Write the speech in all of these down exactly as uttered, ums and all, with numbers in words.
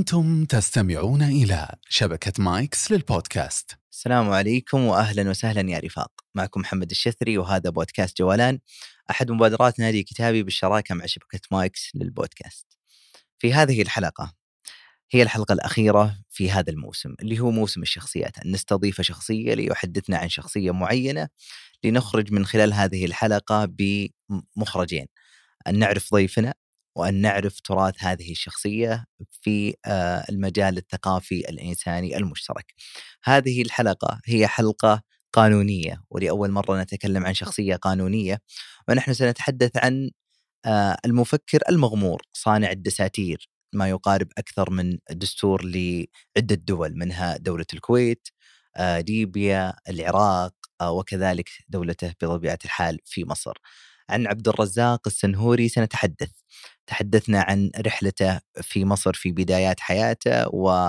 أنتم تستمعون إلى شبكة مايكس للبودكاست. السلام عليكم وأهلا وسهلا يا رفاق، معكم محمد الشثري وهذا بودكاست جولان، أحد مبادرات نادي كتابي بالشراكة مع شبكة مايكس للبودكاست. في هذه الحلقة هي الحلقة الأخيرة في هذا الموسم اللي هو موسم الشخصيات، أن نستضيف شخصية ليحدثنا عن شخصية معينة، لنخرج من خلال هذه الحلقة بمخرجين: أن نعرف ضيفنا وأن نعرف تراث هذه الشخصية في المجال الثقافي الإنساني المشترك. هذه الحلقة هي حلقة قانونية، ولأول مرة نتكلم عن شخصية قانونية، ونحن سنتحدث عن المفكر المغمور صانع الدساتير، ما يقارب أكثر من دستور لعدة دول، منها دولة الكويت، ليبيا، العراق، وكذلك دولته بطبيعة الحال في مصر. عن عبد الرزاق السنهوري سنتحدث. تحدثنا عن رحلته في مصر في بدايات حياته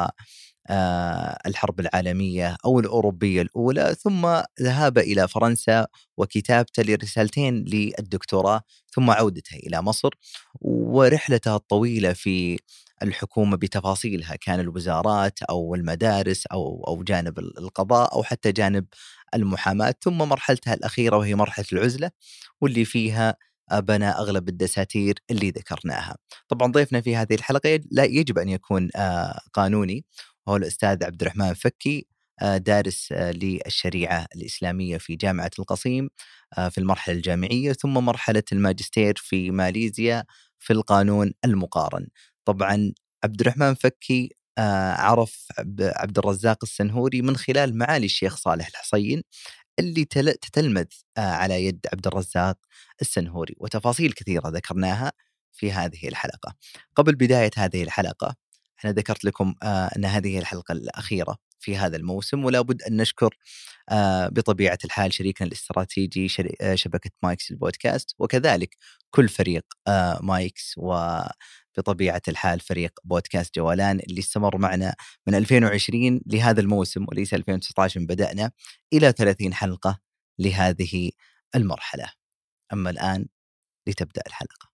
والحرب العالمية أو الأوروبية الأولى، ثم ذهاب إلى فرنسا وكتابته لرسالتين للدكتوراه، ثم عودته إلى مصر ورحلته الطويلة في الحكومة بتفاصيلها، كان الوزارات أو المدارس أو أو جانب القضاء أو حتى جانب المحاماة، ثم مرحلتها الأخيرة وهي مرحلة العزلة، واللي فيها بنى أغلب الدساتير اللي ذكرناها. طبعا ضيفنا في هذه الحلقة لا يجب أن يكون قانوني، وهو الأستاذ عبد الرحمن فكي، دارس للشريعة الإسلامية في جامعة القصيم في المرحلة الجامعية، ثم مرحلة الماجستير في ماليزيا في القانون المقارن. طبعا عبد الرحمن فكي عرف عبد الرزاق السنهوري من خلال معالي الشيخ صالح الحصين اللي تتلمذ على يد عبد الرزاق السنهوري، وتفاصيل كثيرة ذكرناها في هذه الحلقة. قبل بداية هذه الحلقة أنا ذكرت لكم أن هذه الحلقة الأخيرة في هذا الموسم، ولا بد أن نشكر بطبيعة الحال شريكنا الاستراتيجي شبكة مايكس البودكاست، وكذلك كل فريق مايكس، وبطبيعة الحال فريق بودكاست جولان اللي استمر معنا من ألفين وعشرين لهذا الموسم، وليس ألفين وتسعة عشر بدأنا، إلى ثلاثين حلقة لهذه المرحلة. أما الآن لتبدأ الحلقة.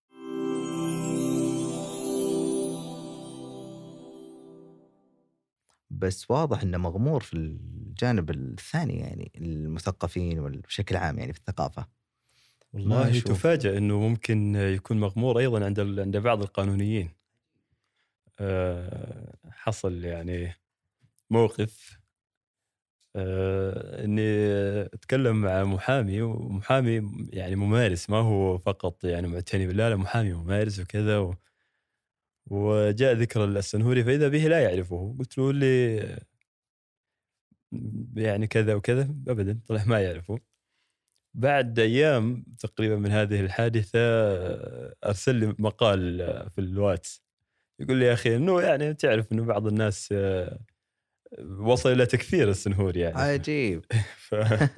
بس واضح أنه مغمور في الجانب الثاني، يعني المثقفين وبشكل عام يعني في الثقافة. والله تفاجأ أنه ممكن يكون مغمور أيضا عند عند بعض القانونيين. أه حصل يعني موقف أه أني أتكلم مع محامي، ومحامي يعني ممارس، ما هو فقط يعني معتني بالله، لا محامي ممارس وكذا، و وجاء ذكر السنهوري فإذا به لا يعرفه. قلت له لي يعني كذا وكذا، أبدا طلع ما يعرفه. بعد أيام تقريبا من هذه الحادثة أرسل لي مقال في الواتس يقول لي يا أخي إنه يعني تعرف إنه بعض الناس وصل إلى تكفير السنهوري يعني. عجيب. ف...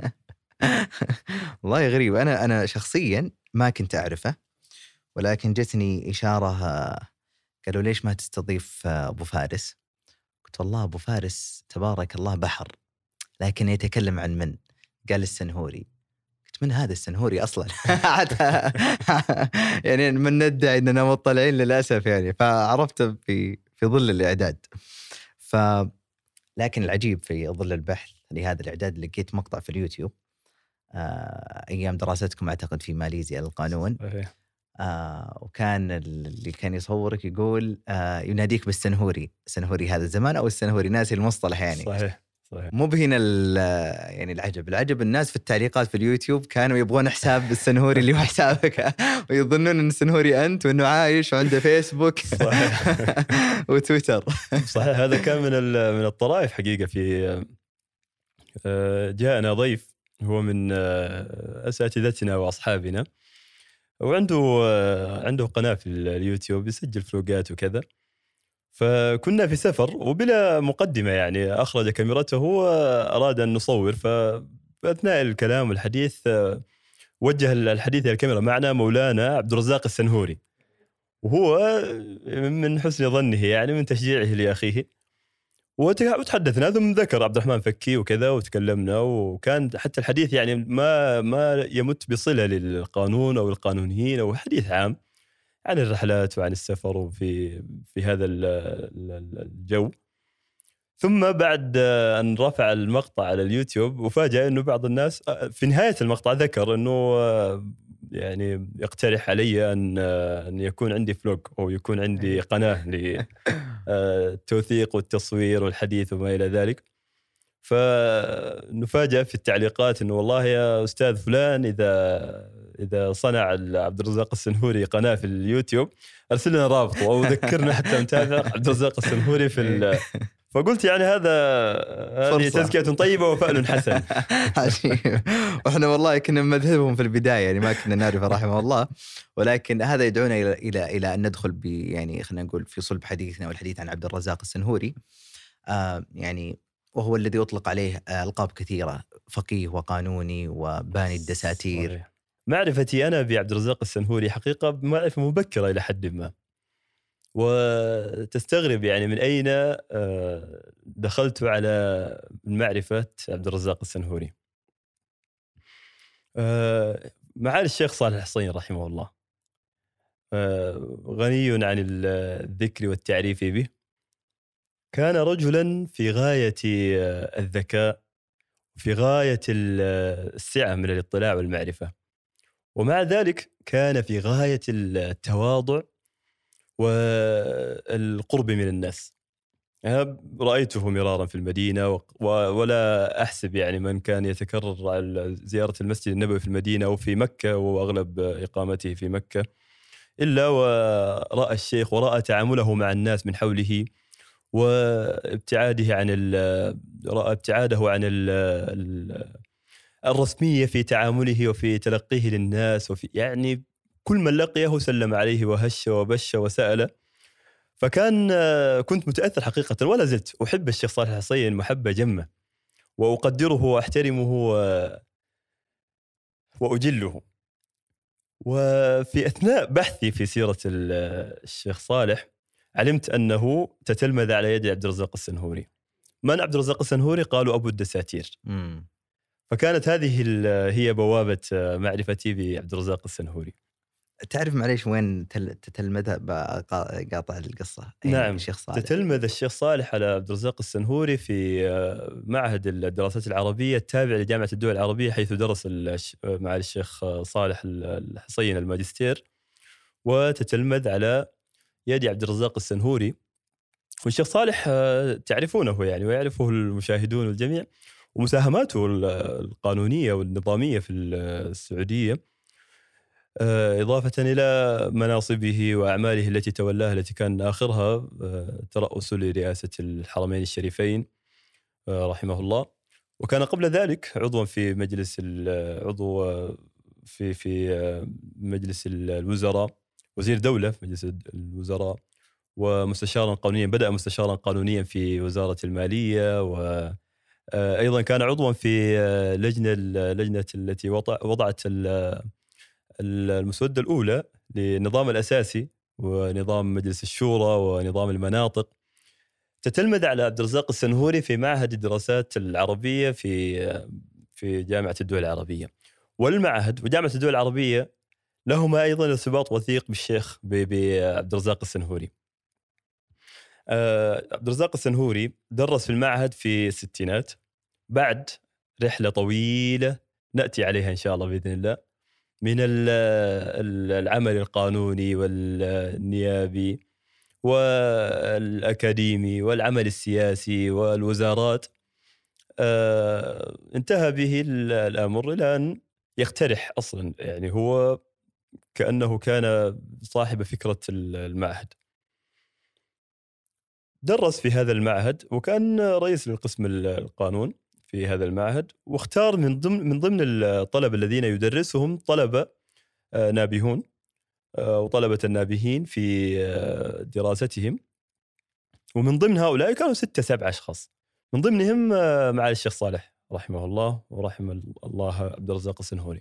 والله غريب. أنا أنا شخصيا ما كنت أعرفه، ولكن جتني إشارة قالوا ليش ما تستضيف أبو فارس؟ قلت والله أبو فارس تبارك الله بحر، لكن يتكلم عن من؟ قال السنهوري. قلت من هذا السنهوري أصلا؟ يعني من ندعي إننا مطلعين للأسف يعني. فعرفت في في ظل الإعداد. ف لكن العجيب في ظل البحث لهذا الإعداد لقيت مقطع في اليوتيوب آه أيام دراستكم أعتقد في ماليزيا للقانون. آه وكان اللي كان يصورك يقول آه يناديك بالسنهوري. السنهوري هذا الزمان أو السنهوري ناسي المصطلح يعني. صحيح صحيح. مبهن يعني العجب العجب الناس في التعليقات في اليوتيوب كانوا يبغون حساب السنهوري اللي هو حسابك، ويظنون ان السنهوري انت وانه عايش وعنده فيسبوك وتويتر. صحيح. هذا كان من من الطرائف حقيقة. في جاءنا ضيف هو من اساتذتنا واصحابنا، وعنده عنده قناة في اليوتيوب يسجل فلوقات وكذا. فكنا في سفر وبلا مقدمة يعني أخرج كاميرته وأراد أن نصور، فأثناء الكلام والحديث وجه الحديث إلى الكاميرا معنا مولانا عبد الرزاق السنهوري، وهو من حسن ظنه يعني من تشجيعه لأخيه، وتحدثنا ثم ذكر عبد الرحمن فكي وكذا وتكلمنا، وكان حتى الحديث يعني ما ما يمت بصلة للقانون أو القانونيين أو حديث عام عن الرحلات وعن السفر وفي في هذا الجو. ثم بعد أن رفع المقطع على اليوتيوب وفاجأ أنه بعض الناس في نهاية المقطع ذكر أنه يعني يقترح علي أن أن يكون عندي فلوج أو يكون عندي قناة للتوثيق والتصوير والحديث وما إلى ذلك. فنفاجأ في التعليقات أنه والله يا أستاذ فلان إذا إذا صنع عبد الرزاق السنهوري قناة في اليوتيوب أرسل لنا رابط أو ذكرنا حتى نتابع عبد الرزاق السنهوري في ال... فقلت يعني هذا هذه تزكية طيبة وفعل حسن. وإحنا والله كنا مذهبهم في البداية، يعني ما كنا نعرفه رحمه الله، ولكن هذا يدعونا إلى إلى إلى أن ندخل ب يعني خلينا نقول في صلب حديثنا والحديث عن عبد الرزاق السنهوري. آه يعني وهو الذي يطلق عليه ألقاب كثيرة، فقيه وقانوني وباني الدساتير. صحيح. معرفتي أنا بعبد الرزاق السنهوري حقيقة معرفة مبكرة إلى حد ما، وتستغرب يعني من أين دخلت على معرفة عبد الرزاق السنهوري. معالي الشيخ صالح الحصين رحمه الله غني عن الذكر والتعريف به، كان رجلا في غاية الذكاء وفي غاية السعة من الاطلاع والمعرفة، ومع ذلك كان في غاية التواضع والقرب من الناس. أنا رأيته مرارا في المدينة ولا أحسب يعني من كان يتكرر على زيارة المسجد النبوي في المدينة أو في مكة وأغلب إقامته في مكة إلا ورأى الشيخ ورأى تعامله مع الناس من حوله وابتعاده عن رأى ابتعاده عن الرسمية في تعامله وفي تلقيه للناس، وفي يعني كل من لقيه سلم عليه وهش وبش وسأل. فكان كنت متأثر حقيقة، ولا زلت أحب الشيخ صالح الحصين محبة جمة، وأقدره وأحترمه وأجله. وفي أثناء بحثي في سيرة الشيخ صالح علمت أنه تتلمذ على يد عبد الرزاق السنهوري. من عبد الرزاق السنهوري؟ قالوا أبو الدساتير. مم. فكانت هذه هي بوابة معرفتي بعبد الرزاق السنهوري. تعرف معليش وين تتلمذ قاطع القصة؟ نعم، الشيخ صالح تتلمذ الشيخ صالح على عبد الرزاق السنهوري في معهد الدراسات العربية التابع لجامعة الدول العربية، حيث درس مع الشيخ صالح الحصين الماجستير، وتتلمذ على يد عبد الرزاق السنهوري. والشيخ صالح تعرفونه يعني ويعرفه المشاهدون والجميع، ومساهماته القانونية والنظامية في السعودية، إضافة إلى مناصبه وأعماله التي تولاها، التي كان آخرها ترأس لرئاسة الحرمين الشريفين رحمه الله. وكان قبل ذلك عضوا في مجلس عضو في في مجلس الوزراء، وزير دولة في مجلس الوزراء، ومستشارا قانونيا، بدأ مستشارا قانونيا في وزارة المالية، وأيضا كان عضوا في لجنة لجنة التي وضعت المسودة الأولى للنظام الأساسي ونظام مجلس الشورى ونظام المناطق. تتلمذ على عبد الرزاق السنهوري في معهد الدراسات العربية في في جامعة الدول العربية. والمعهد وجامعة الدول العربية لهما أيضا ارتباط وثيق بالشيخ بعبد الرزاق السنهوري. عبد الرزاق السنهوري درس في المعهد في الستينات بعد رحلة طويلة نأتي عليها إن شاء الله بإذن الله، من العمل القانوني والنيابي والأكاديمي والعمل السياسي والوزارات. انتهى به الأمر إلى أن يقترح أصلا، يعني هو كأنه كان صاحب فكرة المعهد. درس في هذا المعهد وكان رئيس للقسم القانون في هذا المعهد، واختار من ضمن من ضمن الطلبة الذين يدرسهم طلبة نابهون وطلبة النابهين في دراستهم، ومن ضمن هؤلاء كانوا ستة سبعة أشخاص، من ضمنهم معالي الشيخ صالح رحمه الله ورحمه الله عبد الرزاق السنهوري.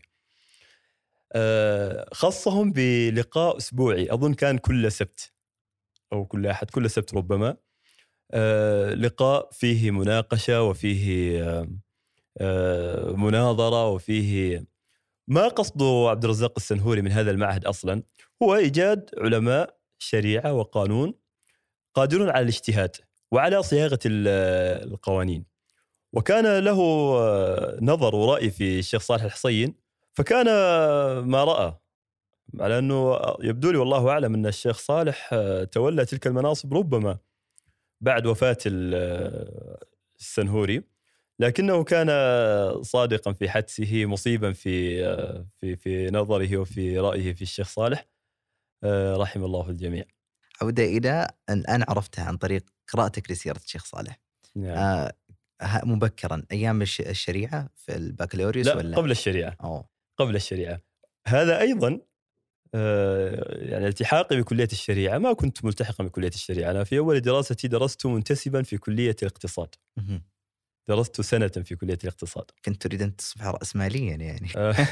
خصهم بلقاء أسبوعي، أظن كان كل سبت أو كل أحد، كل سبت ربما، لقاء فيه مناقشة وفيه مناظرة وفيه ما قصده عبد الرزاق السنهوري من هذا المعهد أصلا هو إيجاد علماء شريعة وقانون قادرون على الاجتهاد وعلى صياغة القوانين. وكان له نظر ورأي في الشيخ صالح الحصين، فكان ما رأى على أنه يبدو لي والله أعلم أن الشيخ صالح تولى تلك المناصب ربما بعد وفاة السنهوري، لكنه كان صادقا في حدسه، مصيبا في في في نظره وفي رأيه في الشيخ صالح رحم الله الجميع. عودة إلى الآن عرفتها عن طريق قراءتك لسيرة الشيخ صالح. نعم. آه مبكرا أيام الشريعة في البكالوريوس لا ولا قبل الشريعة؟ أوه. قبل الشريعة. هذا أيضا آه يعني التحاقي بكلية الشريعة، ما كنت ملتحقا بكلية الشريعة. أنا في أول دراستي درست منتسبا في كلية الاقتصاد. درست سنة في كلية الاقتصاد. كنت تريد أن تصبح رأسماليا يعني.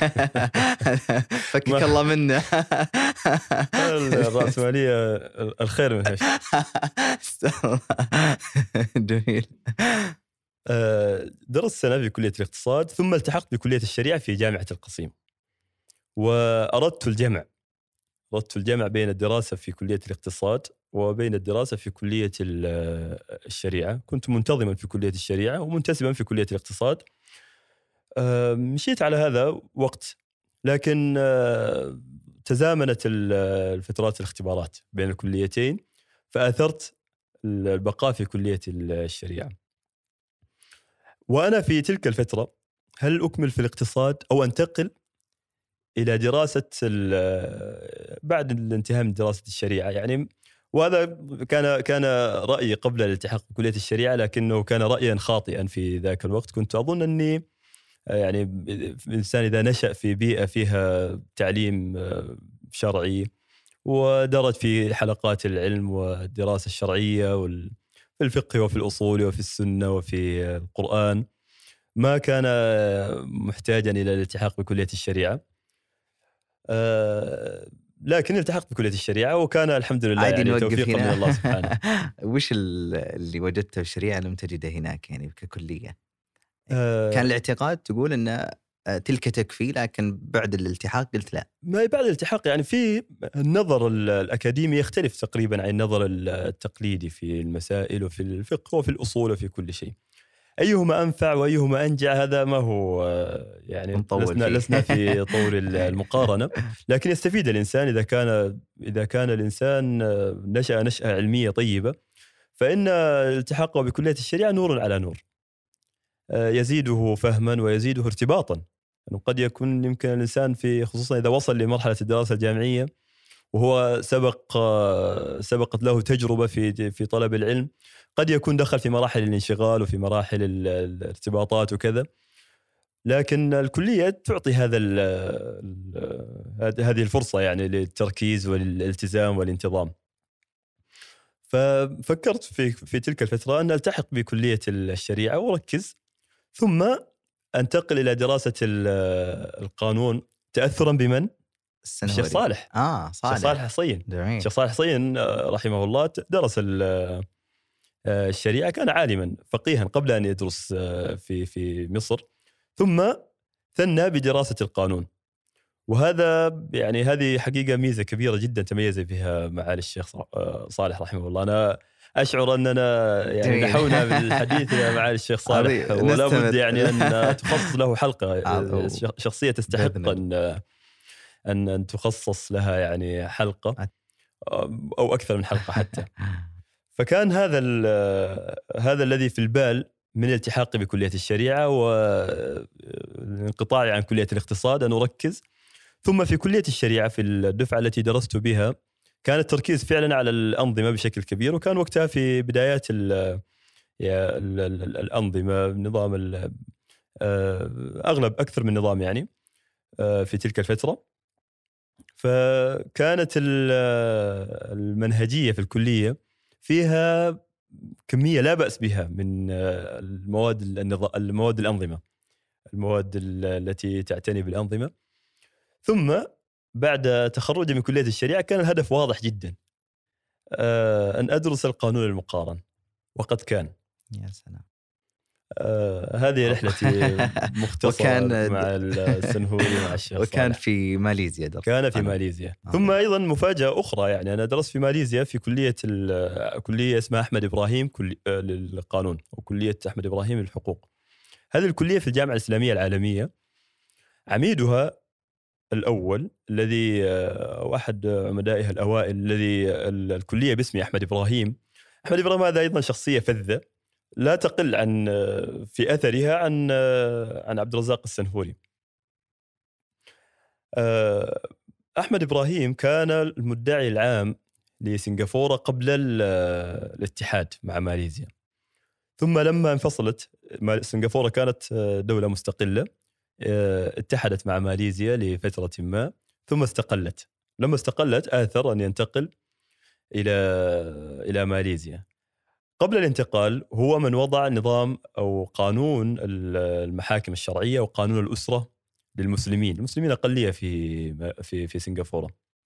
فكك الله منه. الرأسمالية الخير منها. جميل. درست سنة في كلية الاقتصاد، ثم التحقت بكلية الشريعة في جامعة القصيم، وأردت الجمع أردت الجمع بين الدراسة في كلية الاقتصاد وبين الدراسة في كلية الشريعة. كنت منتظما في كلية الشريعة ومنتسبا في كلية الاقتصاد. مشيت على هذا وقت، لكن تزامنت الفترات الاختبارات بين الكليتين، فأثرت البقاء في كلية الشريعة. وأنا في تلك الفترة هل أكمل في الاقتصاد أو أنتقل إلى دراسة بعد الانتهاء من دراسة الشريعة يعني. وهذا كان كان رأيي قبل الالتحاق بكلية الشريعة، لكنه كان رأيا خاطئا في ذاك الوقت. كنت أظن أني يعني الإنسان إذا نشأ في بيئة فيها تعليم شرعي ودرج في حلقات العلم والدراسة الشرعية وفي الفقه وفي الأصول وفي السنة وفي القرآن، ما كان محتاجا إلى الالتحاق بكلية الشريعة. أه لكن التحقت بكلية الشريعة، وكان الحمد لله يعني توفيقا من الله سبحانه. وش اللي وجدته في الشريعة لم تجده هناك يعني ككلية؟ أه كان الاعتقاد تقول أن تلك تكفي، لكن بعد الالتحاق قلت لا. ما بعد الالتحاق يعني في النظر الأكاديمي يختلف تقريبا عن النظر التقليدي في المسائل وفي الفقه وفي الأصول وفي كل شيء. أيهما أنفع وأيهما أنجع هذا ما هو يعني لسنا, لسنا في طور المقارنة، لكن يستفيد الإنسان إذا كان إذا كان الإنسان نشأ نشأة علمية طيبة، فإن التحاقه بكلية الشريعة نور على نور، يزيده فهما ويزيده ارتباطا. يعني قد يكون يمكن الإنسان في خصوصا إذا وصل لمرحلة الدراسة الجامعية وهو سبق سبقت له تجربة في في طلب العلم، قد يكون دخل في مراحل الانشغال وفي مراحل الارتباطات وكذا، لكن الكلية تعطي هذا هذه الفرصة يعني للتركيز والالتزام والانتظام. ففكرت في في تلك الفترة أن ألتحق بكلية الشريعة وركز، ثم أنتقل إلى دراسة القانون تأثرا بمن؟ الشيخ صالح. آه صالح. الشيخ صالح الحصين. الشيخ صالح الحصين رحمه الله درس الشريعة، كان عالما فقيها قبل أن يدرس في في مصر، ثم ثنى بدراسة القانون. وهذا يعني هذه حقيقة ميزة كبيرة جدا تميز بها معالي الشيخ صالح رحمه الله. أنا أشعر أننا يعني نحونا بالحديث إلى معالي الشيخ صالح، ولا بد يعني أن تخصص له حلقة. شخصية تستحق أن أن أن تخصص لها يعني حلقة أو أكثر من حلقة حتى. فكان هذا هذا الذي في البال من الالتحاقي بكلية الشريعة والانقطاعي عن كلية الاقتصاد أن أركز. ثم في كلية الشريعة في الدفعة التي درست بها كان التركيز فعلا على الأنظمة بشكل كبير، وكان وقتها في بدايات الأنظمة نظام أغلب أكثر من نظام يعني في تلك الفترة. فكانت المنهجية في الكلية فيها كمية لا بأس بها من المواد المواد الأنظمة المواد التي تعتني بالأنظمة. ثم بعد تخرجي من كلية الشريعة كان الهدف واضح جدا، أن أدرس القانون المقارن، وقد كان. يا سلام. آه هذه رحلتي مختصرة وكان مع السنهوري مع الشيخ وكان صالح. في ماليزيا درس. كان في ماليزيا. ثم أيضا مفاجأة أخرى، يعني أنا درست في ماليزيا في كلية كلية اسمها أحمد إبراهيم كلية للقانون، وكلية أحمد إبراهيم للحقوق. هذه الكلية في الجامعة الإسلامية العالمية، عميدها الأول الذي واحد عمدائها الأوائل الذي الكلية باسمي أحمد إبراهيم. أحمد إبراهيم هذا أيضا شخصية فذة لا تقل عن في أثرها عن عن عبد الرزاق السنهوري. أحمد إبراهيم كان المدعي العام لسنغافورة قبل الاتحاد مع ماليزيا، ثم لما انفصلت سنغافورة كانت دولة مستقلة، اتحدت مع ماليزيا لفترة ما ثم استقلت. لما استقلت آثر أن ينتقل إلى إلى ماليزيا. قبل الانتقال هو من وضع نظام أو قانون المحاكم الشرعية وقانون الأسرة للمسلمين. المسلمين أقلية في في في سنغافورة.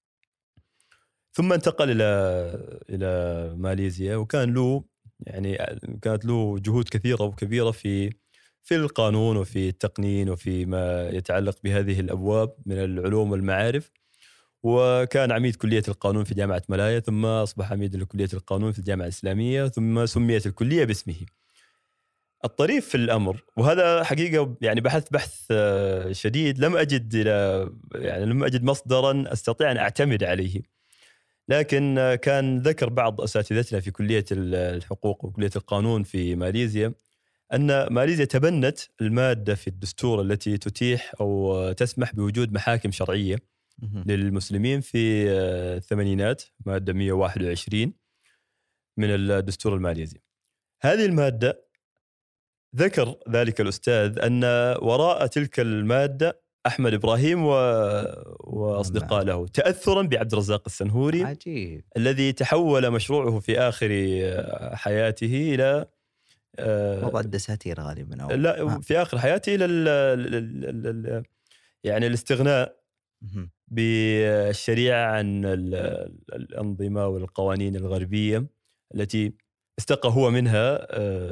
ثم انتقل إلى إلى ماليزيا، وكان له يعني كانت له جهود كثيرة وكبيرة في في القانون وفي التقنين وفي ما يتعلق بهذه الأبواب من العلوم والمعارف. وكان عميد كلية القانون في جامعة ملايا، ثم أصبح عميد لكلية القانون في الجامعة الإسلامية، ثم سميت الكلية باسمه. الطريف في الأمر، وهذا حقيقة يعني بحث بحث شديد، لم أجد إلى يعني لم أجد مصدرا أستطيع أن أعتمد عليه، لكن كان ذكر بعض أساتذتنا في كلية الحقوق وكلية القانون في ماليزيا أن ماليزيا تبنت المادة في الدستور التي تتيح أو تسمح بوجود محاكم شرعية للمسلمين في الثمانينات، مادة مئة وواحد وعشرين من الدستور الماليزي. هذه المادة ذكر ذلك الأستاذ أن وراء تلك المادة أحمد إبراهيم و... وأصدقاء له، تأثرا بعبد الرزاق السنهوري. عجيب. الذي تحول مشروعه في آخر حياته إلى وضع الدساتير غالبا أو لا في آخر حياته إلى ال ال ال يعني الاستغناء بالشريعة عن الأنظمة والقوانين الغربية التي استقى هو منها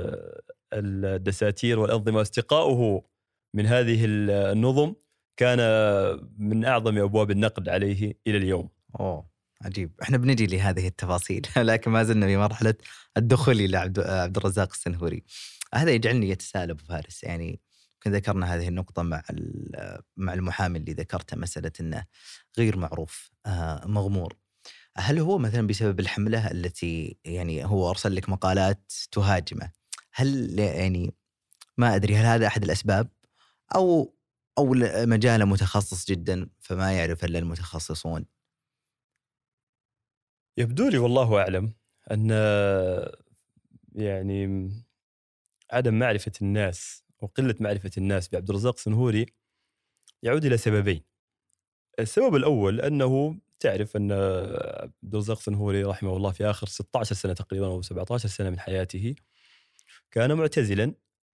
الدساتير والأنظمة. استقاؤه من هذه النظم كان من أعظم أبواب النقد عليه إلى اليوم. أوه عجيب. احنا بنجي لهذه التفاصيل لكن ما زلنا في مرحلة الدخول إلى عبد الرزاق السنهوري. هذا يجعلني يتساءل أبو فارس، يعني كنا ذكرنا هذه النقطة مع مع المحامي اللي ذكرته، مسألة أنه غير معروف مغمور. هل هو مثلا بسبب الحملة التي يعني هو أرسل لك مقالات تهاجمه؟ هل يعني ما أدري هل هذا أحد الأسباب أو أو مجاله متخصص جدا فما يعرف إلا المتخصصون؟ يبدو لي والله أعلم أن يعني عدم معرفة الناس وقلة معرفة الناس بعبد الرزاق السنهوري يعود إلى سببين. السبب الأول أنه تعرف أن عبد الرزاق السنهوري رحمه الله في آخر ستة عشر سنة تقريبا أو سبعة عشر سنة من حياته كان معتزلا،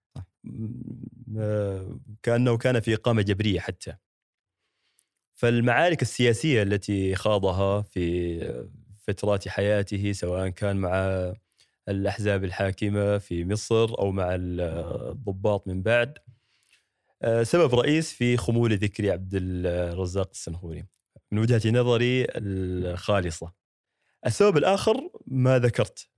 كأنه كان في إقامة جبرية حتى. فالمعارك السياسية التي خاضها في فترات حياته سواء كان مع الأحزاب الحاكمة في مصر أو مع الضباط من بعد سبب رئيس في خمول ذكر عبد الرزاق السنهوري من وجهة نظري الخالصة. السبب الآخر ما ذكرت،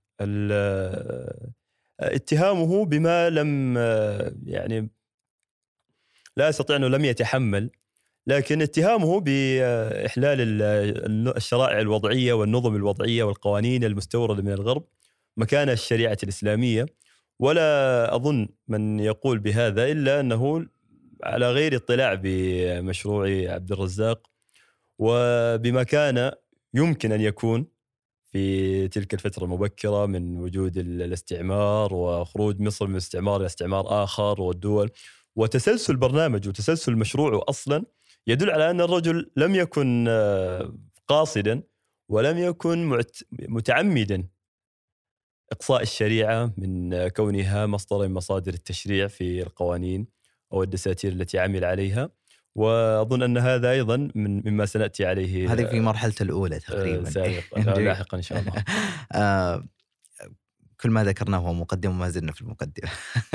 اتهامه بما لم يعني لا أستطيع أنه لم يتحمل، لكن اتهامه بإحلال الشرائع الوضعية والنظم الوضعية والقوانين المستوردة من الغرب مكان الشريعة الإسلامية. ولا أظن من يقول بهذا إلا أنه على غير اطلاع بمشروع عبد الرزاق وبما كان يمكن أن يكون في تلك الفترة المبكرة من وجود الاستعمار وخروج مصر من استعمار إلى استعمار آخر والدول، وتسلسل برنامج وتسلسل مشروعه أصلا يدل على أن الرجل لم يكن قاصدا ولم يكن متعمدا إقصاء الشريعة من كونها مصدر من مصادر التشريع في القوانين أو الدساتير التي عمل عليها. وأظن أن هذا أيضا من مما سنأتي عليه هذه في مرحلة الأولى تقريبا سابقا لاحقا إن شاء الله. كل ما ذكرناه هو مقدمة وما زلنا في المقدمة.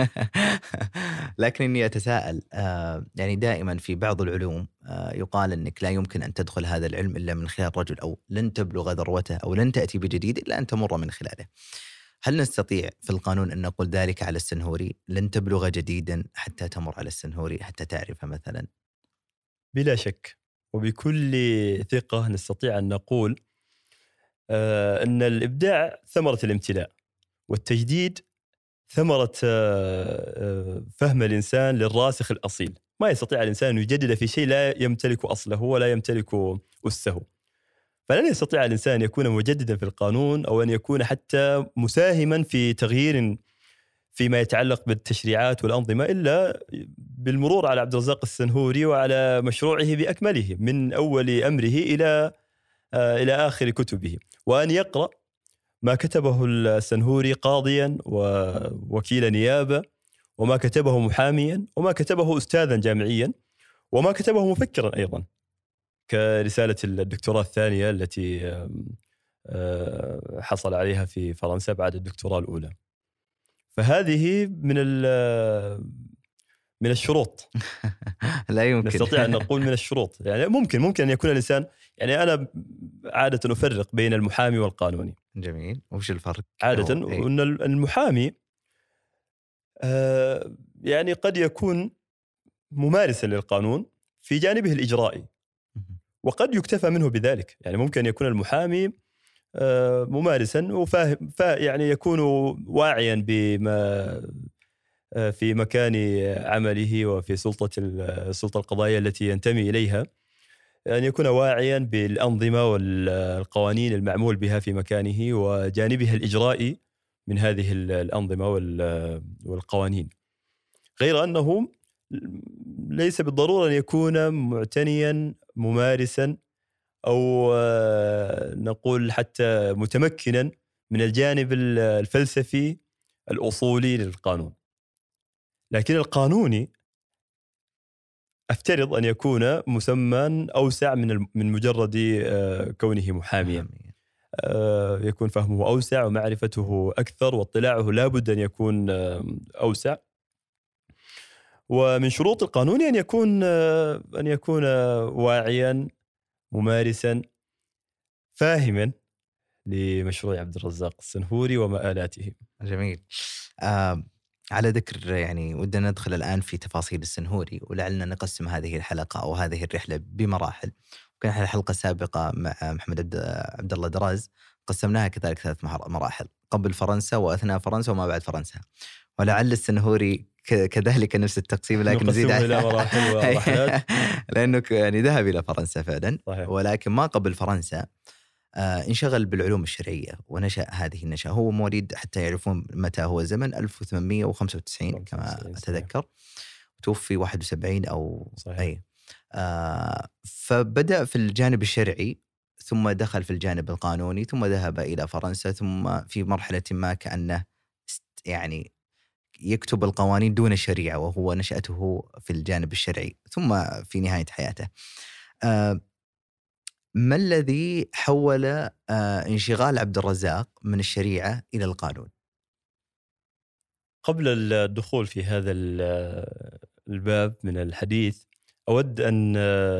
لكنني أتساءل آه يعني دائما في بعض العلوم آه يقال أنك لا يمكن أن تدخل هذا العلم إلا من خلال رجل، أو لن تبلغ ذروته أو لن تأتي بجديد إلا أن تمر من خلاله. هل نستطيع في القانون أن نقول ذلك على السنهوري؟ لن تبلغ جديدا حتى تمر على السنهوري حتى تعرفه مثلا؟ بلا شك وبكل ثقة نستطيع أن نقول آه أن الإبداع ثمرة الامتلاء، والتجديد ثمرة فهم الإنسان للراسخ الأصيل. ما يستطيع الإنسان أن يجدد في شيء لا يمتلك أصله ولا يمتلك أسه. فلن يستطيع الإنسان أن يكون مجددا في القانون أو أن يكون حتى مساهما في تغيير فيما يتعلق بالتشريعات والأنظمة إلا بالمرور على عبد الرزاق السنهوري وعلى مشروعه بأكمله من أول أمره إلى إلى آخر كتبه، وأن يقرأ ما كتبه السنهوري قاضيا ووكيل نيابة، وما كتبه محاميا، وما كتبه أستاذا جامعيا، وما كتبه مفكرا أيضا كرسالة الدكتوراه الثانية التي حصل عليها في فرنسا بعد الدكتوراه الأولى. فهذه من من الشروط. لا يمكن نستطيع أن نقول من الشروط. يعني ممكن ممكن أن يكون الإنسان، يعني أنا عادة أفرق بين المحامي والقانوني. جميل. وش الفرق؟ عادة أن المحامي آه يعني قد يكون ممارسا للقانون في جانبه الإجرائي، وقد يكتفى منه بذلك. يعني ممكن أن يكون المحامي آه ممارسا وفاهم، يعني يكون واعيا بما آه في مكان عمله وفي سلطة السلطة القضائية التي ينتمي إليها، أن يعني يكون واعيا بالأنظمة والقوانين المعمول بها في مكانه وجانبها الإجرائي من هذه الأنظمة والقوانين، غير أنه ليس بالضرورة أن يكون معتنيا ممارسا أو نقول حتى متمكنا من الجانب الفلسفي الأصولي للقانون. لكن القانوني أفترض أن يكون مسمى أوسع من من مجرد كونه محاميا. يكون فهمه أوسع ومعرفته أكثر واطلاعه لابد أن يكون أوسع. ومن شروط القانون أن يكون أن يكون واعيا ممارسا فاهما لمشروع عبد الرزاق السنهوري ومآلاته. جميل. آه على ذكر يعني ودنا ندخل الآن في تفاصيل السنهوري، ولعلنا نقسم هذه الحلقة أو هذه الرحلة بمراحل. وكان احنا الحلقة السابقة مع محمد عبد الله دراز قسمناها كذلك ثلاث مراحل: قبل فرنسا وأثناء فرنسا وما بعد فرنسا. ولعل السنهوري كذلك نفس التقسيم، لكن نزيد إلى مراحل ورحلات لأنه يعني ذهب إلى فرنسا فعلا. صحيح. ولكن ما قبل فرنسا آه انشغل بالعلوم الشرعية ونشأ هذه النشأة. هو مواليد حتى يعرفون متى هو الزمن ألف وثمانمئة وخمسة وتسعين كما أتذكر، توفي واحد وسبعين أو صحيح. أي آه فبدأ في الجانب الشرعي ثم دخل في الجانب القانوني ثم ذهب إلى فرنسا، ثم في مرحلة ما كأنه يعني يكتب القوانين دون الشريعة، وهو نشأته في الجانب الشرعي ثم في نهاية حياته. آه ما الذي حول آه انشغال عبد الرزاق من الشريعة إلى القانون؟ قبل الدخول في هذا الباب من الحديث أود أن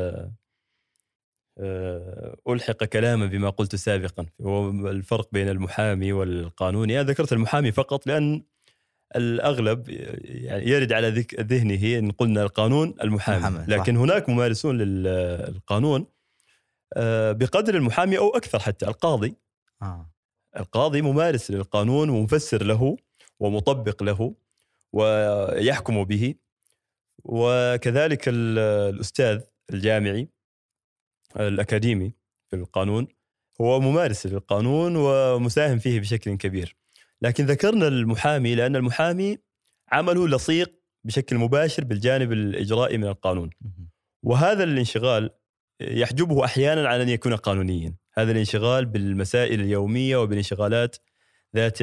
ألحق كلاما بما قلت سابقا، هو الفرق بين المحامي والقانوني. أنا ذكرت المحامي فقط لأن الأغلب يعني يرد على ذهنه إن قلنا القانون المحامي، لكن هناك ممارسون للقانون بقدر المحامي أو أكثر. حتى القاضي آه. القاضي ممارس للقانون ومفسر له ومطبق له ويحكم به، وكذلك الأستاذ الجامعي الأكاديمي في القانون هو ممارس للقانون ومساهم فيه بشكل كبير. لكن ذكرنا المحامي لأن المحامي عمله لصيق بشكل مباشر بالجانب الإجرائي من القانون، وهذا الانشغال يحجبه أحيانا عن أن يكون قانونيا. هذا الانشغال بالمسائل اليومية وبالانشغالات ذات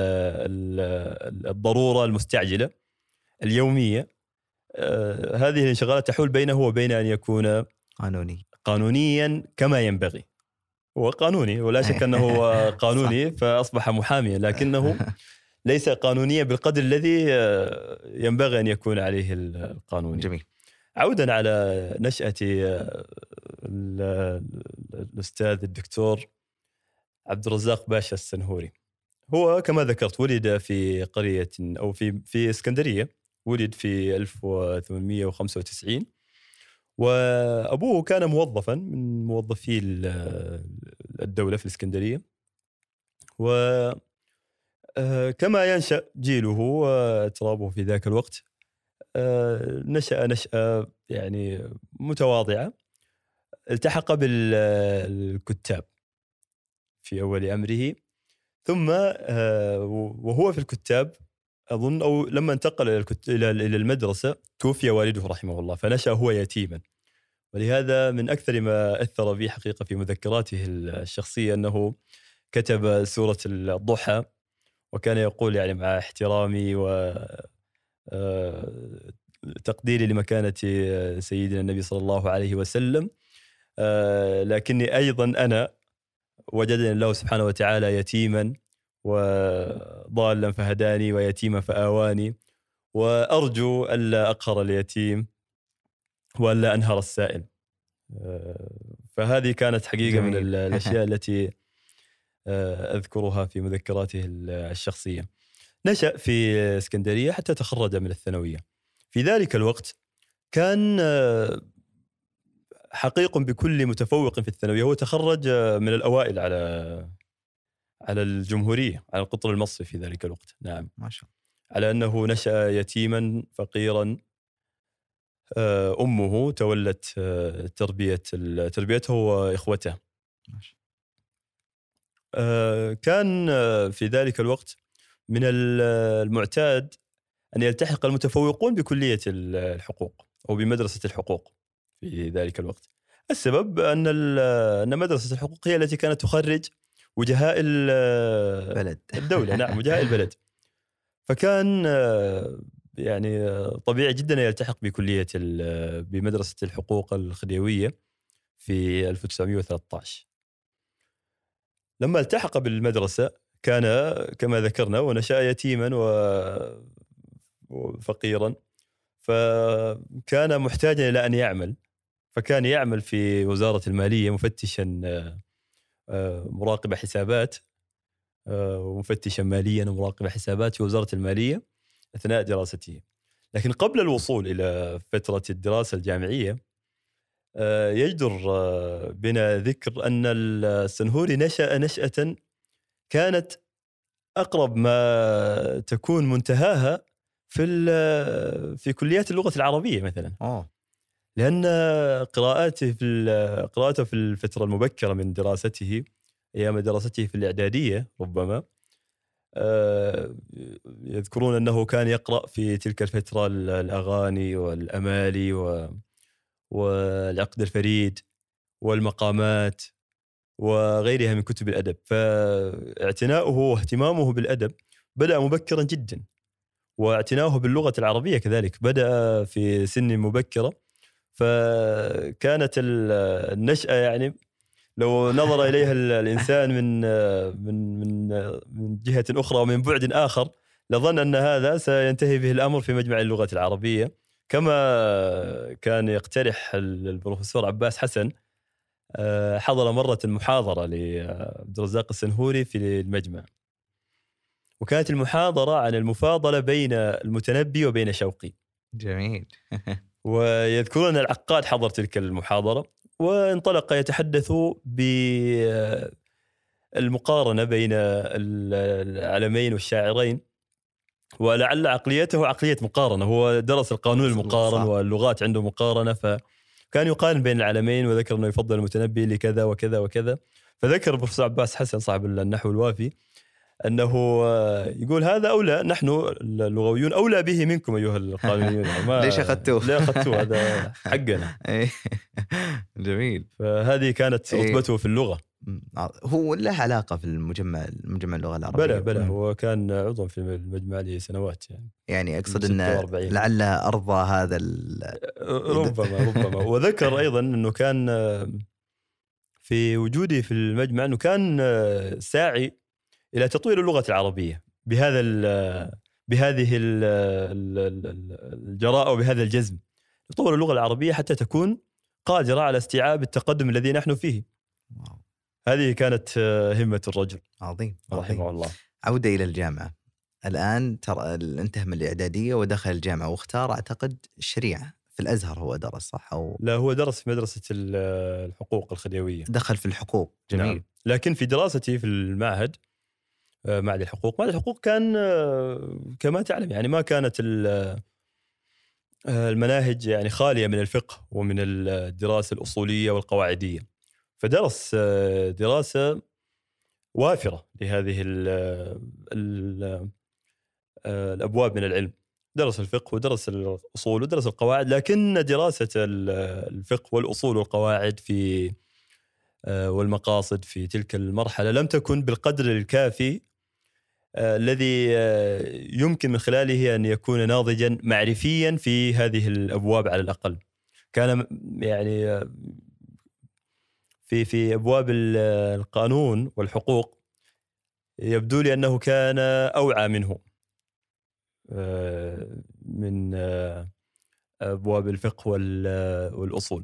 الضرورة المستعجلة اليومية، هذه الانشغالات تحول بينه وبين أن يكون قانوني قانونيا كما ينبغي. هو قانوني ولا شك أنه قانوني فأصبح محاميا، لكنه ليس قانونيا بالقدر الذي ينبغي أن يكون عليه القانوني. جميل. عودا على نشأة الأستاذ الدكتور عبد الرزاق باشا السنهوري، هو كما ذكرت ولد في قرية أو في في اسكندرية، ولد في ألف وثمانمئة وخمسة وتسعين، وأبوه كان موظفا من موظفي الدولة في الإسكندرية. وكما ينشأ جيله وترابه في ذاك الوقت، نشأ نشأة يعني متواضعة. التحق بالكتاب في أول أمره، ثم وهو في الكتاب أظن أو لما انتقل إلى المدرسة توفي والده رحمه الله، فنشأ هو يتيما. ولهذا من أكثر ما أثر بي حقيقة في مذكراته الشخصية أنه كتب سورة الضحى، وكان يقول يعني مع احترامي و تقديري لمكانة سيدنا النبي صلى الله عليه وسلم، لكني أيضا أنا وجدني الله سبحانه وتعالى يتيما وضالا فهداني ويتيما فآواني، وأرجو ألا أقهر اليتيم وألا أنهر السائل. فهذه كانت حقيقة جميل. من الأشياء التي أذكرها في مذكراته الشخصية. نشأ في اسكندرية حتى تخرج من الثانوية. في ذلك الوقت كان حقيق بكل متفوق في الثانوية، هو تخرج من الأوائل على على الجمهورية، على القطر المصري في ذلك الوقت. نعم ما شاء الله. على أنه نشأ يتيما فقيرا، أمه تولت تربية تربيته وإخوته. كان في ذلك الوقت من المعتاد أن يلتحق المتفوقون بكلية الحقوق أو بمدرسة الحقوق في ذلك الوقت. السبب أن أن مدرسة الحقوق هي التي كانت تخرج وجهاء البلد الدولة. نعم، وجهاء البلد. فكان يعني طبيعي جدا يلتحق بكلية بمدرسة الحقوق الخديوية في ألف وتسعمئة وثلاثة عشر. لما التحق بالمدرسة كان كما ذكرنا ونشأ يتيما وفقيرا، فكان محتاجا إلى أن يعمل. فكان يعمل في وزارة المالية مفتشا مراقب حسابات، ومفتشا ماليا ومراقب حسابات في وزارة المالية أثناء دراسته. لكن قبل الوصول إلى فترة الدراسة الجامعية يجدر بنا ذكر أن السنهوري نشأ نشأة كانت أقرب ما تكون منتهاها في في كليات اللغة العربية مثلا. أوه. لأن قراءاته في قراءته في الفترة المبكرة من دراسته، أيام دراسته في الإعدادية ربما، يذكرون أنه كان يقرأ في تلك الفترة الأغاني والأمالي والعقد الفريد والمقامات وغيرها من كتب الأدب. فاعتناؤه واهتمامه بالأدب بدأ مبكرا جدا، واعتناؤه باللغة العربية كذلك بدأ في سن مبكرة. فكانت النشأة يعني لو نظر إليها الإنسان من من من من جهة أخرى ومن بعد آخر لظن أن هذا سينتهي به الأمر في مجمع اللغة العربية، كما كان يقترح البروفيسور عباس حسن. حضر مرة محاضرة لعبد الرزاق السنهوري في المجمع، وكانت المحاضرة عن المفاضلة بين المتنبي وبين شوقي. جميل. ويذكرون العقاد حضر تلك المحاضرة وانطلق يتحدث بالمقارنة بين العلمين والشاعرين، ولعل عقليته عقلية مقارنة. هو درس القانون المقارن واللغات عنده مقارنة، فكان يقارن بين العلمين وذكر أنه يفضل المتنبي لكذا وكذا وكذا. فذكر البروفيسور عباس حسن صاحب النحو الوافي أنه يقول هذا أولى، نحن اللغويون أولى به منكم أيها القانونيون. ليش أخذتوه؟ ليه أخذتوه؟ هذا حقنا. جميل. فهذه كانت رتبته في اللغة. هو له علاقة في المجمع المجمع اللغة العربية؟ بلى بلى هو كان عضو في المجمع لسنوات يعني. يعني أقصد أن لعل أرضى هذا ربما ربما وذكر أيضا أنه كان في وجودي في المجمع أنه كان ساعي إلى تطوير اللغة العربية بهذا ال بهذه ال الجراءة وبهذا الجزم، تطور اللغة العربية حتى تكون قادرة على استيعاب التقدم الذي نحن فيه. واو. هذه كانت همة الرجل عظيم رحمه الله. عودة إلى الجامعة الآن، ترى انتهى من الإعدادية ودخل الجامعة واختار أعتقد الشريعة في الأزهر. هو درس صح أو لا؟ هو درس في مدرسة الحقوق الخديوية. دخل في الحقوق. جميل. نعم. لكن في دراستي في المعهد، معهد الحقوق، معهد الحقوق كان كما تعلم يعني ما كانت المناهج يعني خالية من الفقه ومن الدراسة الأصولية والقواعدية، فدرس دراسة وافرة لهذه ال ال الأبواب من العلم. درس الفقه ودرس الأصول ودرس القواعد، لكن دراسة الفقه والأصول والقواعد في والمقاصد في تلك المرحلة لم تكن بالقدر الكافي الذي يمكن من خلاله أن يكون ناضجا معرفيا في هذه الأبواب على الأقل. كان يعني في في أبواب القانون والحقوق يبدو لي أنه كان أوعى منه من أبواب الفقه والأصول.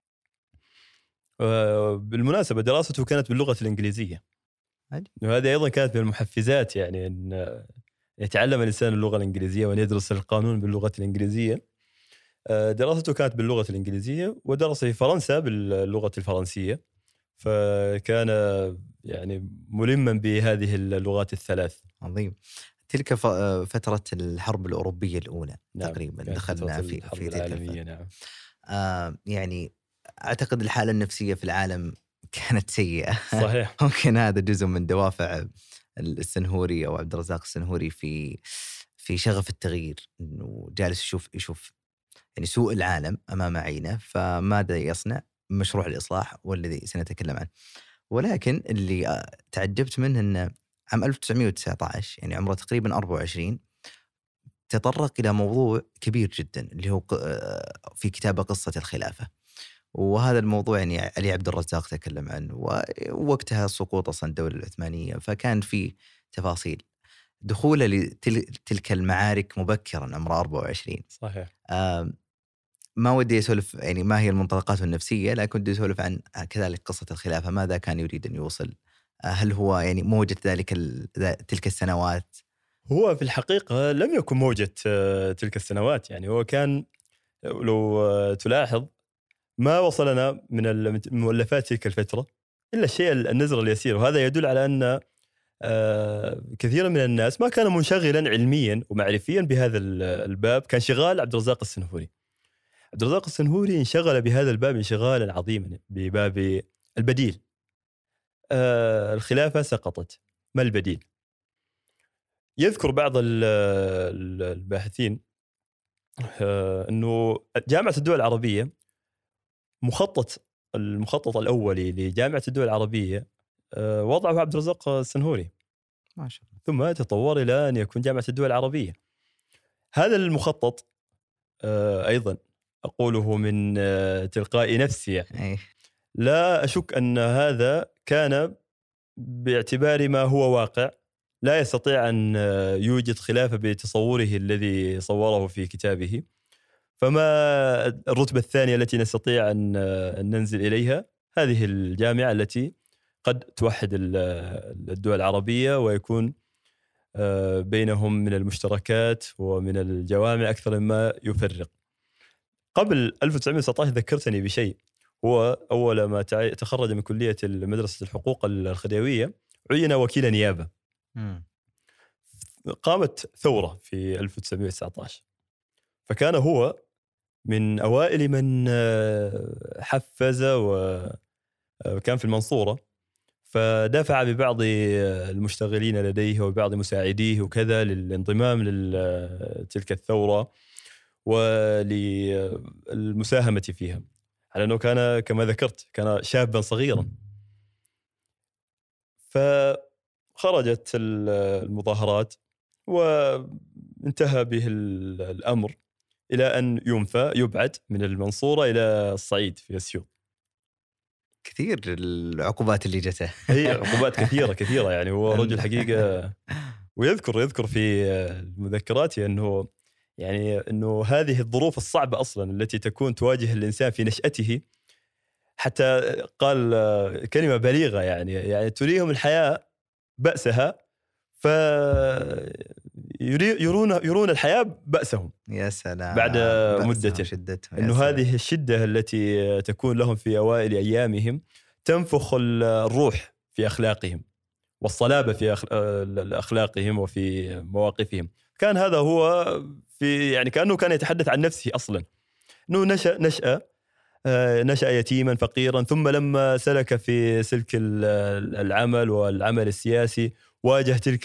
بالمناسبة دراسته كانت باللغة الإنجليزية، وهذه أيضا كانت من المحفزات، يعني أن يتعلم الإنسان اللغة الإنجليزية وأن يدرس القانون باللغة الإنجليزية. دراسته كانت باللغة الإنجليزية ودرس في فرنسا باللغة الفرنسية، فكان يعني ملما بهذه اللغات الثلاث. عظيم. تلك فترة الحرب الأوروبية الأولى. نعم. تقريبا دخلنا في الحرب في العالمية. نعم. آه يعني أعتقد الحالة النفسية في العالم كانت سيئة. صحيح. ممكن هذا جزء من دوافع السنهوري أو عبد الرزاق السنهوري في في شغف التغيير، إنه جالس يشوف يشوف يعني سوء العالم أمام عينه، فماذا يصنع؟ مشروع الإصلاح والذي سنتكلم عنه. ولكن اللي تعجبت منه أن عام ألف وتسعمائة وتسعة عشر يعني عمره تقريبا أربعة وعشرين تطرق إلى موضوع كبير جدا اللي هو في كتابة قصة الخلافة، وهذا الموضوع يعني علي عبد الرزاق تكلم عنه، ووقتها سقوط أصلا الدولة العثمانية، فكان في تفاصيل دخوله لتلك المعارك مبكرا عمره أربعة وعشرين. صحيح. ما ودي أسولف يعني ما هي المنطلقات النفسية، لكن ودي أسولف عن كذلك قصة الخلافة، ماذا كان يريد أن يوصل؟ هل هو يعني موجة ذلك تلك السنوات؟ هو في الحقيقة لم يكن موجة تلك السنوات، يعني هو كان لو تلاحظ ما وصلنا من المؤلفات تلك الفترة إلا الشيء النزر اليسير، وهذا يدل على أن كثيرا من الناس ما كان منشغلا علميا ومعرفيا بهذا الباب. كان شغال عبد الرزاق السنهوري. عبد الرزاق السنهوري انشغل بهذا الباب انشغالا عظيما بباب البديل. الخلافة سقطت، ما البديل؟ يذكر بعض الباحثين أنه جامعة الدول العربية مخطط المخطط الأولي لجامعة الدول العربية وضعه عبد الرزاق السنهوري، ما شاء الله، ثم تطور إلى أن يكون جامعة الدول العربية. هذا المخطط أيضا أقوله من تلقاء نفسي، يعني لا أشك أن هذا كان باعتبار ما هو واقع، لا يستطيع أن يوجد خلافة بتصوره الذي صوره في كتابه. فما الرتبة الثانية التي نستطيع أن ننزل إليها؟ هذه الجامعة التي قد توحد الدول العربية ويكون بينهم من المشتركات ومن الجوامع أكثر مما يفرق. قبل ألف وتسعمائة وتسعة عشر ذكرتني بشيء، هو أول ما تخرج من كلية مدرسة الحقوق الخديوية عين وكيل نيابة. م. قامت ثورة في ألف وتسعمائة وتسعة عشر، فكان هو من أوائل من حفز وكان في المنصورة، فدافع ببعض المشتغلين لديه وبعض مساعديه وكذا للانضمام لتلك الثورة وللمساهمة فيها، على أنه كان كما ذكرت كان شابا صغيرا. فخرجت المظاهرات وانتهى به الأمر إلى أن ينفى يبعد من المنصورة إلى الصعيد في أسيوط. كثير العقوبات اللي جته. هي عقوبات كثيرة كثيرة يعني. هو رجل حقيقة، ويذكر يذكر في مذكراته أنه يعني أنه هذه الظروف الصعبة أصلا التي تكون تواجه الإنسان في نشأته، حتى قال كلمة بليغة يعني يعني تريهم الحياة بأسها فيرون يرون الحياة بأسهم. يا سلام. بعد مدة، أنه هذه الشدة التي تكون لهم في أوائل أيامهم تنفخ الروح في أخلاقهم والصلابة في أخلاقهم وفي مواقفهم. كان هذا هو في يعني كأنه كان يتحدث عن نفسه أصلا، أنه نشأ نشأ نشأ يتيما فقيرا، ثم لما سلك في سلك العمل والعمل السياسي واجه تلك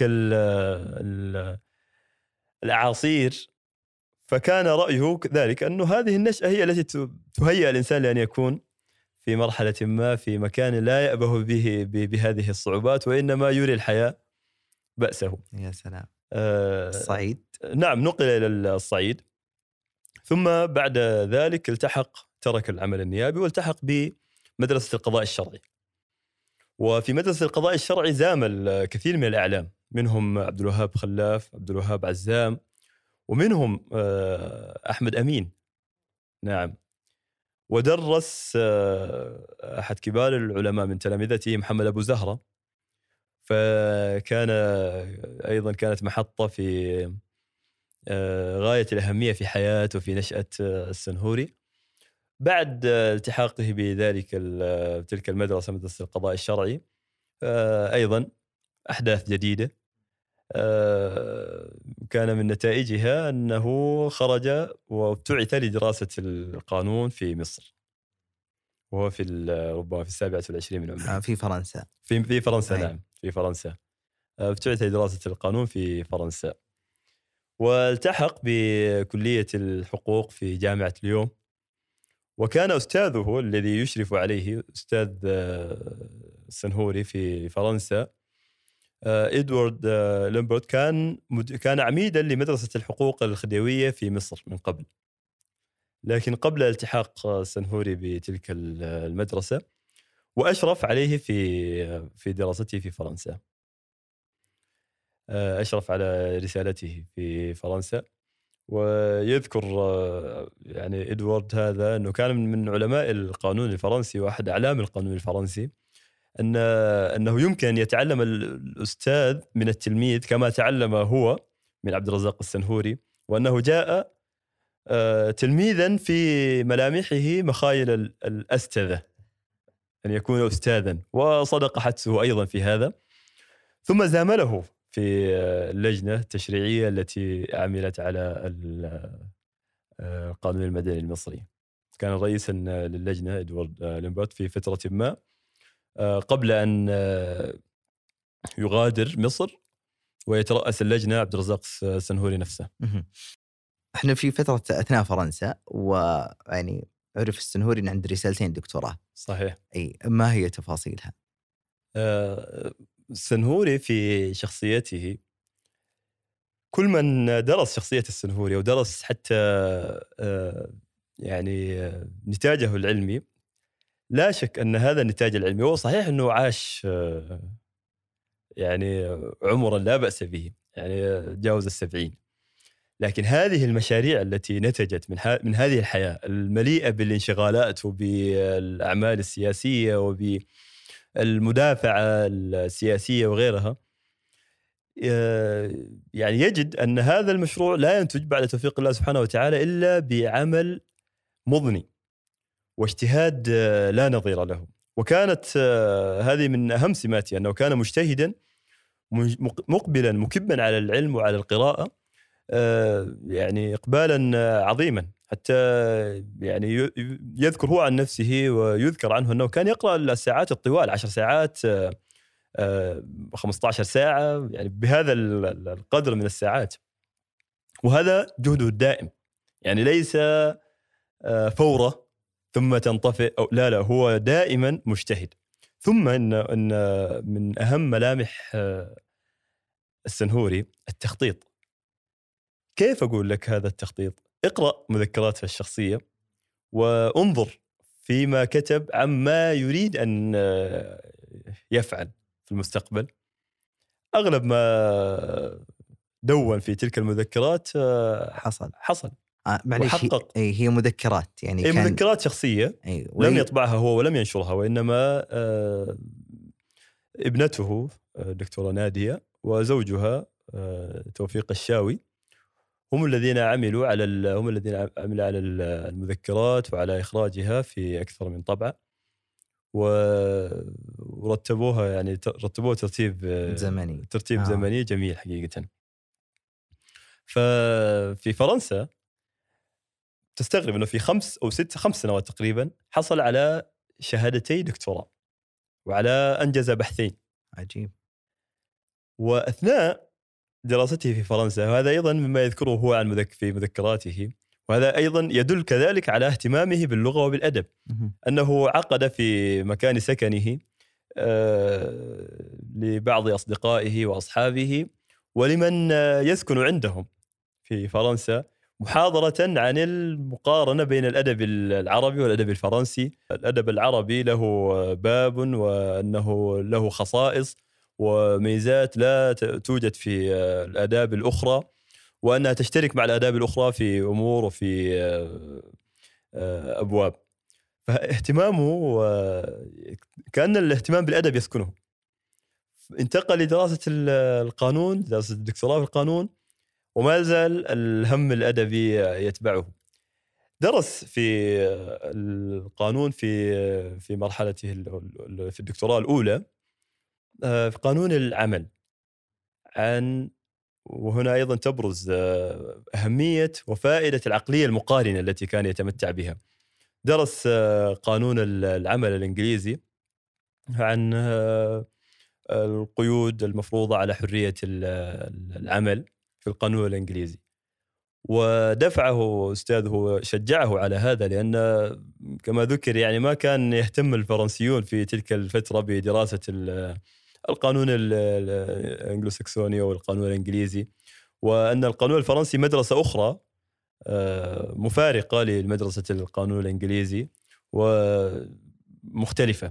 الأعاصير، فكان رأيه ذلك أنه هذه النشأة هي التي تهيئ الإنسان لأن يكون في مرحلة ما في مكان لا يأبه به بهذه الصعوبات، وإنما يري الحياة بأسه. يا سلام. آه الصعيد. نعم، نقل إلى الصعيد، ثم بعد ذلك التحق، ترك العمل النيابي والتحق بمدرسة القضاء الشرعي. وفي مدرسة القضاء الشرعي زامل كثير من الأعلام، منهم عبد الوهاب خلاف، عبد الوهاب عزام، ومنهم أحمد أمين. نعم. ودرس أحد كبار العلماء من تلامذته محمد أبو زهرة، فكان أيضا كانت محطة في غاية الأهمية في حياته وفي نشأة السنهوري. بعد التحاقه بذلك تلك المدرسة، مدرسة القضاء الشرعي، أيضا أحداث جديدة كان من نتائجها أنه خرج وابتعث لدراسة القانون في مصر، وهو في ربما في السابعة والعشرين من عمره، في فرنسا. في في فرنسا. نعم، في فرنسا. ابتعث لدراسة القانون في فرنسا، والتحق بكلية الحقوق في جامعة ليون. وكان أستاذه الذي يشرف عليه أستاذ السنهوري في فرنسا إدوارد ليمبرت، كان كان عميدا لمدرسة الحقوق الخديوية في مصر من قبل. لكن قبل التحاق السنهوري بتلك المدرسة، وأشرف عليه في في دراسته في فرنسا، أشرف على رسالته في فرنسا. ويذكر يعني إدوارد هذا أنه كان من علماء القانون الفرنسي وأحد أعلام القانون الفرنسي، أن أنه يمكن أن يتعلم الأستاذ من التلميذ كما تعلم هو من عبد الرزاق السنهوري، وأنه جاء تلميذا في ملامحه مخايل الأستاذة أن يكون أستاذا، وصدق حدسه أيضا في هذا. ثم زامله في اللجنة التشريعية التي عملت على القانون المدني المصري. كان رئيسا للجنة إدوارد ليمبرت في فترة ما قبل أن يغادر مصر ويترأس اللجنة عبد الرزاق السنهوري نفسه. احنا في فترة أثناء فرنسا، ويعني عرف السنهوري أن عنده رسالتين دكتوراه. صحيح. أي، ما هي تفاصيلها؟ السنهوري في شخصيته، كل من درس شخصية السنهوري ودرس حتى يعني نتاجه العلمي، لا شك أن هذا النتاج العلمي هو صحيح أنه عاش يعني عمرا لا بأس به، يعني جاوز السبعين، لكن هذه المشاريع التي نتجت من من هذه الحياة المليئة بالانشغالات وبالأعمال السياسية وبالمدافعة السياسية وغيرها، يعني يجد أن هذا المشروع لا ينتج بعد توفيق الله سبحانه وتعالى إلا بعمل مضني واجتهاد لا نظير له. وكانت هذه من أهم سماته، أنه كان مجتهدا مقبلا مكبا على العلم وعلى القراءة، يعني إقبالا عظيما، حتى يعني يذكر هو عن نفسه ويذكر عنه أنه كان يقرأ الساعات الطوال، عشر ساعات، خمسة عشر ساعة، يعني بهذا القدر من الساعات. وهذا جهده الدائم، يعني ليس فورة ثم تنطفئ أو لا لا هو دائما مجتهد. ثم إن إن من أهم ملامح السنهوري التخطيط. كيف أقول لك هذا التخطيط؟ اقرأ مذكراته الشخصية وانظر فيما كتب عما يريد أن يفعل في المستقبل. أغلب ما دون في تلك المذكرات حصل حصل آه معليش، وحقق. هي, هي مذكرات يعني هي كان مذكرات شخصية أي لم يطبعها هو ولم ينشرها، وإنما آه ابنته الدكتورة نادية وزوجها آه توفيق الشاوي هم الذين عملوا على هم الذين عملوا على المذكرات وعلى إخراجها في أكثر من طبعة، ورتبوها يعني رتبوها ترتيب زمني ترتيب آه. زمني جميل حقيقة. ففي فرنسا تستغرب أنه في خمس أو ست خمس سنوات تقريبا حصل على شهادتي دكتوراه وعلى أنجز بحثين. عجيب. وأثناء دراسته في فرنسا، وهذا أيضا مما يذكره هو عن مذك في مذكراته، وهذا أيضا يدل كذلك على اهتمامه باللغة وبالأدب، أنه عقد في مكان سكنه لبعض أصدقائه وأصحابه ولمن يسكن عندهم في فرنسا محاضرة عن المقارنة بين الأدب العربي والأدب الفرنسي. الأدب العربي له باب وأنه له خصائص وميزات لا توجد في الآداب الأخرى، وأنها تشترك مع الآداب الأخرى في أمور وفي أبواب. فاهتمامه كأن الاهتمام بالأدب يسكنه. انتقل لدراسة القانون، دراسة الدكتوراه في القانون، وما زال الهم الأدبي يتبعه. درس في القانون في في مرحلته في الدكتوراه الأولى في قانون العمل، عن وهنا أيضا تبرز أهمية وفائدة العقلية المقارنة التي كان يتمتع بها. درس قانون العمل الإنجليزي عن القيود المفروضة على حرية العمل في القانون الإنجليزي، ودفعه أستاذه شجعه على هذا، لأن كما ذكر يعني ما كان يهتم الفرنسيون في تلك الفترة بدراسة القانون الأنجلوساكسوني والقانون الإنجليزي، وأن القانون الفرنسي مدرسة أخرى مفارقة لمدرسة القانون الإنجليزي ومختلفة.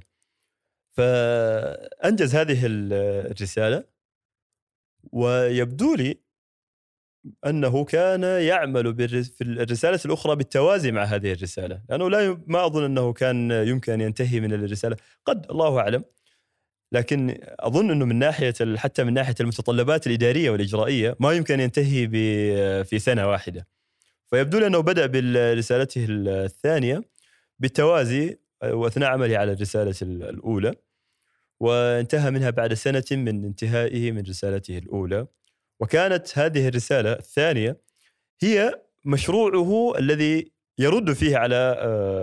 فأنجز هذه الرسالة، ويبدو لي أنه كان يعمل في الرسالة الأخرى بالتوازي مع هذه الرسالة، لأنه لا ما أظن أنه كان يمكن أن ينتهي من الرسالة، قد الله أعلم، لكن أظن أنه من ناحية حتى من ناحية المتطلبات الإدارية والإجرائية ما يمكن أن ينتهي في سنة واحدة. فيبدو لي أنه بدأ برسالته الثانية بالتوازي وأثناء عمله على الرسالة الأولى، وانتهى منها بعد سنة من انتهائه من رسالته الأولى. وكانت هذه الرسالة الثانية هي مشروعه الذي يرد فيه على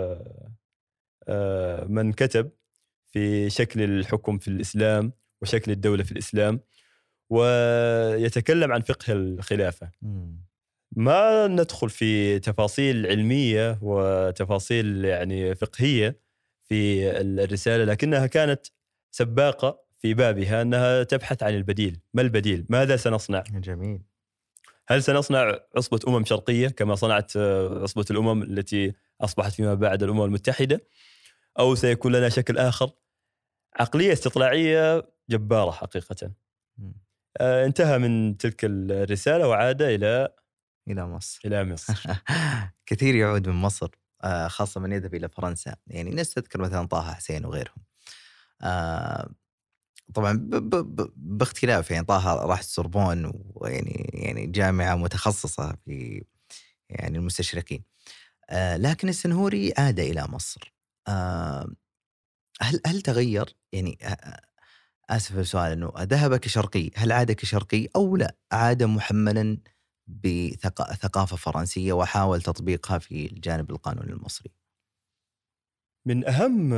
من كتب في شكل الحكم في الإسلام وشكل الدولة في الإسلام، ويتكلم عن فقه الخلافة. ما ندخل في تفاصيل علمية وتفاصيل يعني فقهية في الرسالة، لكنها كانت سباقة في بابها، أنها تبحث عن البديل. ما البديل؟ ماذا سنصنع؟ جميل. هل سنصنع عصبة أمم شرقية كما صنعت عصبة الأمم التي أصبحت فيما بعد الأمم المتحدة، أو سيكون لنا شكل آخر؟ عقلية استطلاعية جبارة حقيقة. آه انتهى من تلك الرسالة وعاد إلى إلى مصر. إلى مصر. كثير يعود من مصر، آه خاصة من يذهب إلى فرنسا، يعني ناس تذكر مثلا طه حسين وغيرهم. آه طبعا ب ب باختلاف، يعني طه راح السوربون، ويعني يعني جامعة متخصصة في يعني المستشرقين. آه لكن السنهوري عاد إلى مصر. آه هل هل تغير؟ يعني آسف السؤال، إنه ذهب كشرقي، هل عاد كشرقي أو لا عاد محملا بثقافة فرنسية وحاول تطبيقها في الجانب القانوني المصري؟ من أهم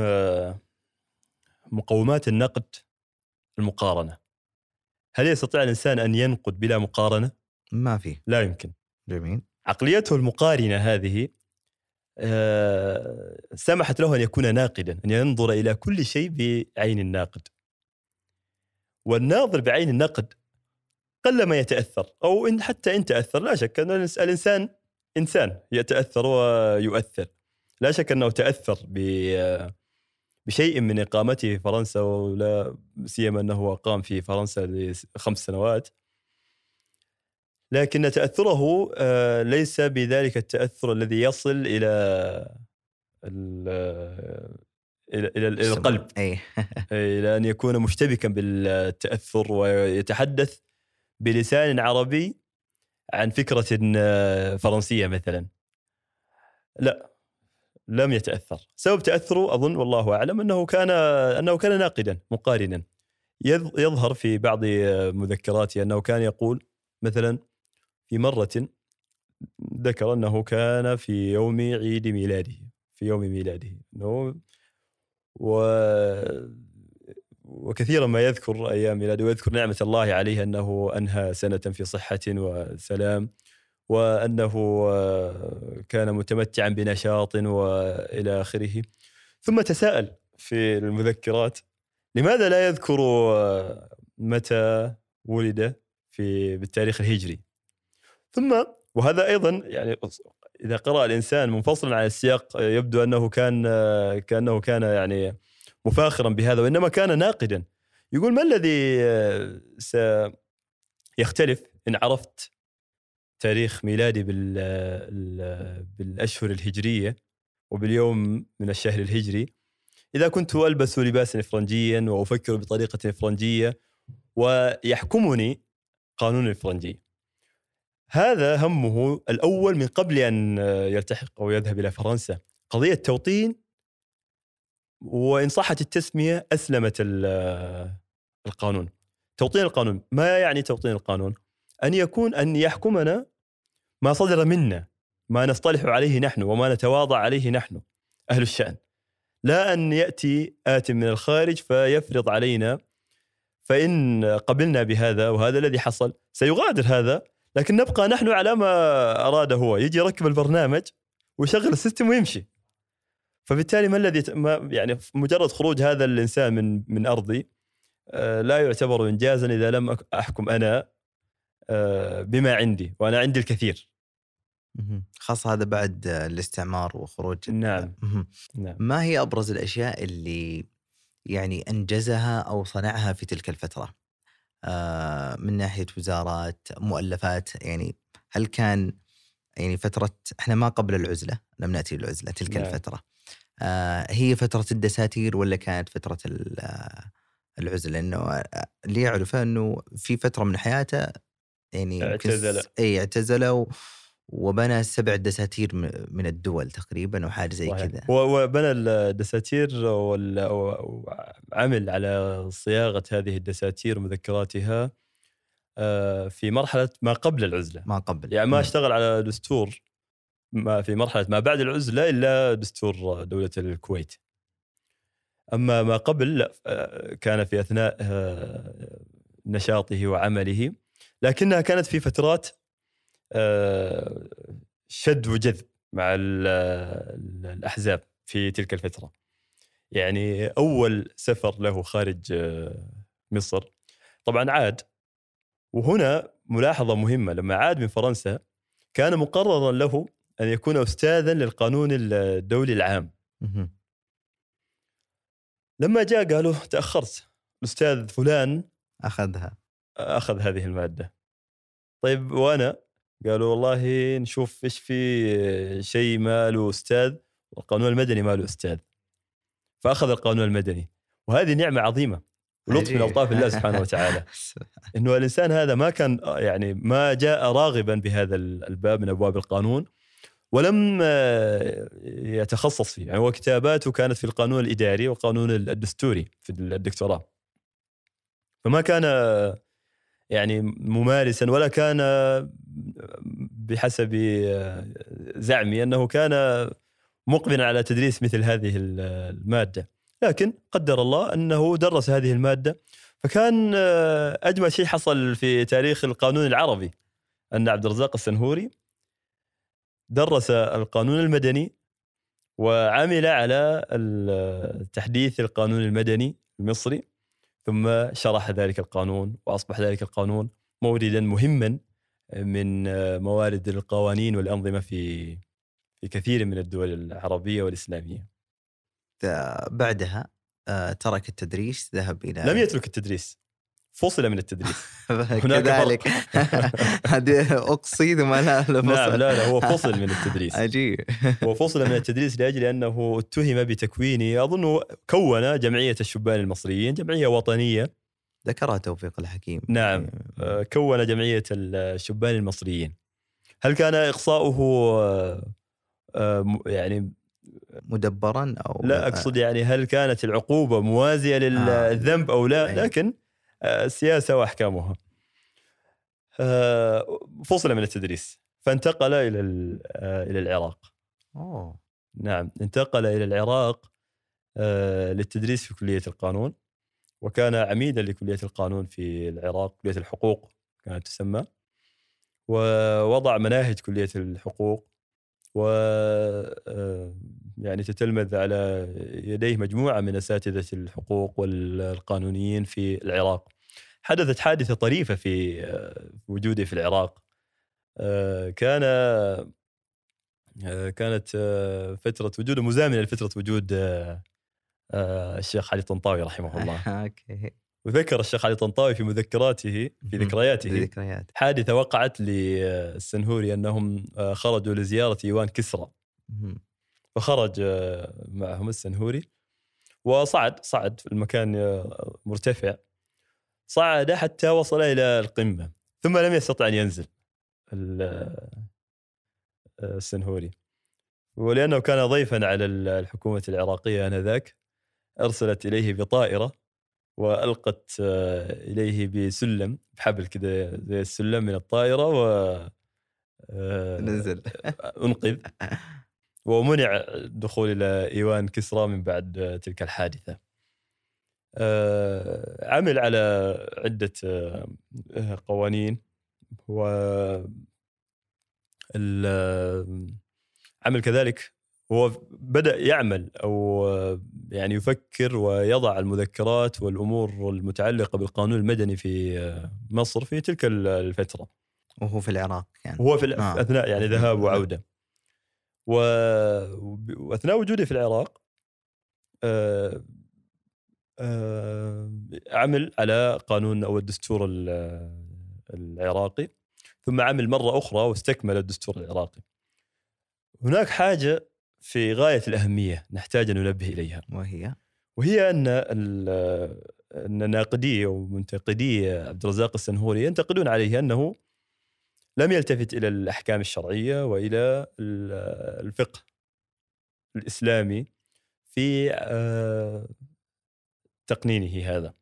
مقومات النقد المقارنة. هل يستطيع الإنسان أن ينقد بلا مقارنة؟ ما في، لا يمكن. جميل. عقليته المقارنة هذه سمحت له أن يكون ناقدا، أن ينظر إلى كل شيء بعين الناقد. والناظر بعين النقد قلما يتأثر، أو إن حتى إن تأثر لا شك أن الإنسان إنسان يتأثر ويؤثر، لا شك أنه تأثر بشيء من إقامته في فرنسا، ولا سيما أنه أقام في فرنسا لخمس سنوات، لكن تأثره ليس بذلك التأثر الذي يصل إلى إلى إلى القلب، إلى أن يكون مشتبكا بالتأثر ويتحدث بلسان عربي عن فكرة فرنسية مثلا. لا، لم يتأثر. سبب تأثره أظن والله أعلم أنه كان أنه كان ناقدا مقارنا. يظهر في بعض مذكراته أنه كان يقول مثلا في مرة ذكر أنه كان في يوم عيد ميلاده في يوم ميلاده أنه و وكثيرا ما يذكر أيام ميلاده ويذكر نعمة الله عليه أنه أنهى سنة في صحة وسلام، وأنه كان متمتعا بنشاط وإلى آخره. ثم تساءل في المذكرات لماذا لا يذكر متى ولد في بالتاريخ الهجري. ثم وهذا أيضا يعني إذا قرأ الإنسان منفصلا عن السياق يبدو أنه كان كأنه كان يعني مفاخرا بهذا، وإنما كان ناقدا. يقول ما الذي سيختلف إن عرفت تاريخ ميلادي بالأشهر الهجرية وباليوم من الشهر الهجري إذا كنت ألبس لباسا إفرنجيا وأفكر بطريقة إفرنجية ويحكمني قانون الإفرنجي. هذا همه الأول من قبل أن يلتحق أو يذهب إلى فرنسا، قضية توطين، وإن صحت التسمية أسلمت القانون. توطين القانون ما يعني توطين القانون؟ أن يكون أن يحكمنا ما صدر منا، ما نصطلح عليه نحن وما نتواضع عليه نحن أهل الشأن، لا أن يأتي آت من الخارج فيفرض علينا، فإن قبلنا بهذا وهذا الذي حصل سيغادر هذا، لكن نبقى نحن على ما أراد هو. يجي يركب البرنامج ويشغل السيستم ويمشي. فبالتالي ما الذي ما يعني مجرد خروج هذا الإنسان من من أرضي لا يعتبر إنجازا إذا لم أحكم أنا بما عندي، وأنا عندي الكثير. خاصة هذا بعد الاستعمار وخروج. نعم. نعم. ما هي أبرز الأشياء اللي يعني أنجزها أو صنعها في تلك الفترة من ناحية وزارات، مؤلفات؟ يعني هل كان يعني فترة إحنا ما قبل العزلة، لم نأتي العزلة تلك نعم. الفترة هي فترة الدساتير ولا كانت فترة العزلة؟ لأنه اللي يعرفه أنه في فترة من حياته يعني اعتزل أي اعتزل وبنى سبع دساتير من الدول تقريبا أو حاجة زي كذا. وبنى الدساتير وعمل على صياغة هذه الدساتير ومذكراتها في مرحلة ما قبل العزلة. ما قبل يعني ما اشتغل على دستور ما في مرحلة ما بعد العزلة إلا دستور دولة الكويت. أما ما قبل لا، كان في أثناء نشاطه وعمله، لكنها كانت في فترات شد وجذب مع الأحزاب في تلك الفترة. يعني أول سفر له خارج مصر طبعا عاد، وهنا ملاحظة مهمة، لما عاد من فرنسا كان مقررا له أن يكون أستاذا للقانون الدولي العام. لما جاء قالوا تأخرت، الأستاذ فلان أخذها أخذ هذه المادة. طيب وأنا؟ قالوا والله نشوف إيش في شيء ما له أستاذ، والقانون المدني ما له أستاذ، فأخذ القانون المدني. وهذه نعمة عظيمة ولطف من ألطاف الله سبحانه وتعالى، إنه الإنسان هذا ما كان يعني ما جاء راغبا بهذا الباب من أبواب القانون ولم يتخصص فيه. يعني وكتاباته كانت في القانون الإداري والقانون الدستوري في الدكتوراه، فما كان يعني ممارسا ولا كان بحسب زعمي أنه كان مقبلا على تدريس مثل هذه المادة، لكن قدر الله أنه درس هذه المادة. فكان أجمل شيء حصل في تاريخ القانون العربي أن عبد الرزاق السنهوري درس القانون المدني وعمل على تحديث القانون المدني المصري، ثم شرح ذلك القانون وأصبح ذلك القانون موردا مهما من موارد القوانين والأنظمة في في كثير من الدول العربية والإسلامية. بعدها ترك التدريس، ذهب إلى لم يترك التدريس، فصل من التدريس. كذلك هذه أقصد ما لا فصل. نعم لا لا هو فصل من التدريس. عجيب. هو فصل من التدريس لأجل أنه اتهم بتكوين، أظن كون جمعية الشبان المصريين، جمعية وطنية ذكرها توفيق الحكيم. نعم كون جمعية الشبان المصريين. هل كان إقصاؤه يعني مدبرا أو لا أقصد يعني هل كانت العقوبة موازية للذنب أو لا، لكن السياسة وأحكامها. فصل من التدريس فانتقل إلى إلى العراق. أوه. نعم انتقل إلى العراق للتدريس في كلية القانون، وكان عميدا لكلية القانون في العراق، كلية الحقوق كانت تسمى، ووضع مناهج كلية الحقوق، و يعني تتلمذ على يديه مجموعة من أساتذة الحقوق والقانونيين في العراق. حدثت حادثة طريفة في وجودي في العراق. كان كانت فترة وجوده مزامنة لفترة وجود الشيخ علي طنطاوي رحمه الله. وذكر الشيخ علي طنطاوي في مذكراته في ذكرياته حادثة وقعت للسنهوري أنهم خرجوا لزيارة إيوان كسرى، فخرج معهم السنهوري وصعد صعد في المكان مرتفع، صعد حتى وصل إلى القمة ثم لم يستطع أن ينزل السنهوري، ولأنه كان ضيفا على الحكومة العراقية آنذاك أرسلت إليه بطائرة وألقت إليه بسلم بحبل كده زي السلم من الطائرة و نزل أنقذ ومنع الدخول إلى إيوان كسرى من بعد تلك الحادثة. عمل على عدة قوانين، وعمل كذلك هو بدأ يعمل أو يعني يفكر ويضع المذكرات والأمور المتعلقة بالقانون المدني في مصر في تلك الفترة، وهو في العراق يعني. وهو في آه. أثناء يعني ذهاب وعودة، وأثناء وجوده في العراق آه آه عمل على قانون أو الدستور العراقي، ثم عمل مرة أخرى واستكمل الدستور العراقي. هناك حاجة في غاية الأهمية نحتاج أن ننبه إليها، وهي وهي أن أن ناقدي ومنتقدي عبد الرزاق السنهوري ينتقدون عليه أنه لم يلتفت إلى الأحكام الشرعية وإلى الفقه الإسلامي في تقنينه هذا.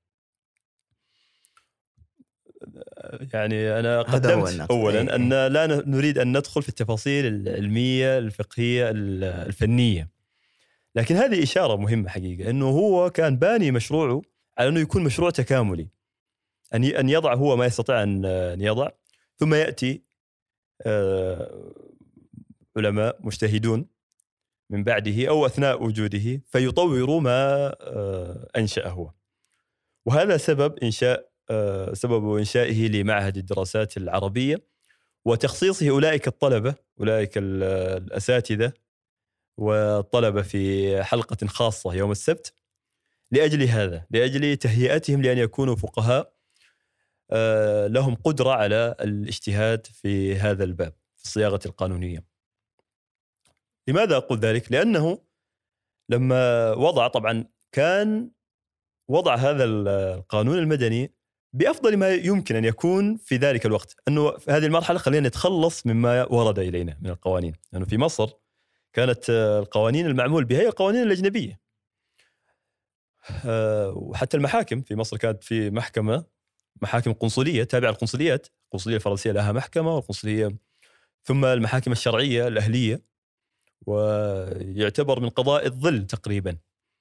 يعني أنا قدمت أولا أن لا نريد أن ندخل في التفاصيل العلمية الفقهية الفنية، لكن هذه إشارة مهمة حقيقة أنه هو كان باني مشروعه على أنه يكون مشروع تكاملي، أن يضع هو ما يستطيع أن يضع، ثم يأتي علماء مجتهدون من بعده أو أثناء وجوده فيطوروا ما أنشأ هو. وهذا سبب إنشاء سبب إنشائه لمعهد الدراسات العربية وتخصيصه أولئك الطلبة أولئك الأساتذة والطلبة في حلقة خاصة يوم السبت لأجل هذا، لأجل تهيئتهم لأن يكونوا فقهاء لهم قدرة على الاجتهاد في هذا الباب في الصياغة القانونية. لماذا أقول ذلك؟ لأنه لما وضع طبعا كان وضع هذا القانون المدني بأفضل ما يمكن أن يكون في ذلك الوقت، أنه في هذه المرحلة خلينا نتخلص مما ورد إلينا من القوانين، لأنه يعني في مصر كانت القوانين المعمول بها هي القوانين الأجنبية، وحتى المحاكم في مصر كانت في محكمة محاكم قنصلية تابعة القنصليات، القنصلية الفرنسية لها محكمة والقنصلية، ثم المحاكم الشرعية الأهلية، ويعتبر من قضاء الظل تقريبا.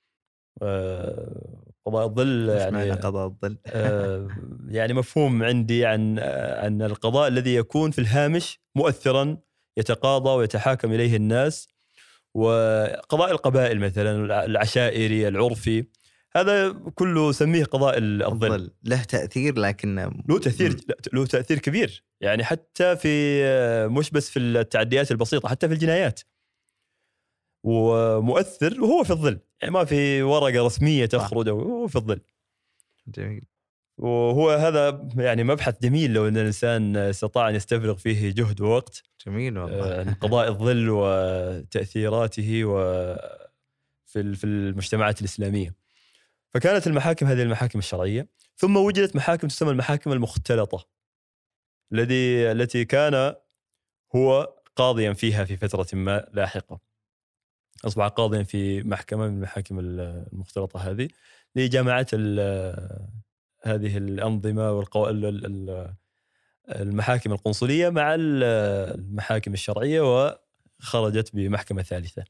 قضاء الظل يعني قضاء الظل يعني مفهوم عندي عن أن القضاء الذي يكون في الهامش مؤثرا يتقاضى ويتحاكم إليه الناس، وقضاء القبائل مثلا العشائري العرفي هذا كله سميه قضاء الظل. له تأثير، لكن له تأثير له تأثير كبير، يعني حتى في مش بس في التعديات البسيطة، حتى في الجنايات ومؤثر وهو في الظل، يعني ما في ورقة رسمية تخرج، وهو في الظل. جميل. وهو هذا يعني مبحث جميل لو أن الإنسان استطاع أن يستفرغ فيه جهد ووقت. جميل والله. عن قضاء الظل وتأثيراته وفي في المجتمعات الإسلامية. فكانت المحاكم هذه المحاكم الشرعية، ثم وجدت محاكم تسمى المحاكم المختلطة، الذي التي كان هو قاضيا فيها في فترة ما لاحقة. أصبح قاضيا في محكمة من المحاكم المختلطة هذه لجامعة هذه الأنظمة والقوائل المحاكم القنصلية مع المحاكم الشرعية، وخرجت بمحكمة ثالثة.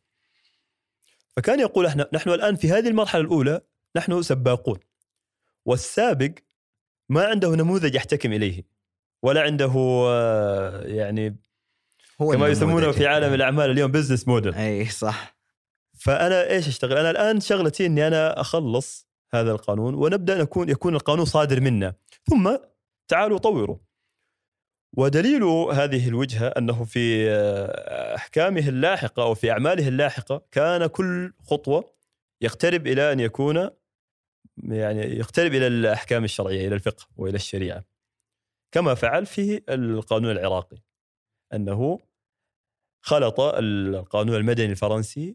فكان يقول احنا نحن الآن في هذه المرحلة الأولى نحن سباقون، والسابق ما عنده نموذج يحتكم إليه، ولا عنده يعني هو كما يسمونه في عالم الأعمال اليوم بزنس موديل. أي صح. فأنا إيش أشتغل؟ أنا الآن شغلتي إني أنا أخلص هذا القانون ونبدأ نكون يكون القانون صادر منا، ثم تعالوا طوروا. ودليل هذه الوجهة أنه في أحكامه اللاحقة أو في أعماله اللاحقة كان كل خطوة يقترب إلى أن يكون يعني يقترب إلى الأحكام الشرعية، إلى الفقه وإلى الشريعة، كما فعل في القانون العراقي، أنه خلط القانون المدني الفرنسي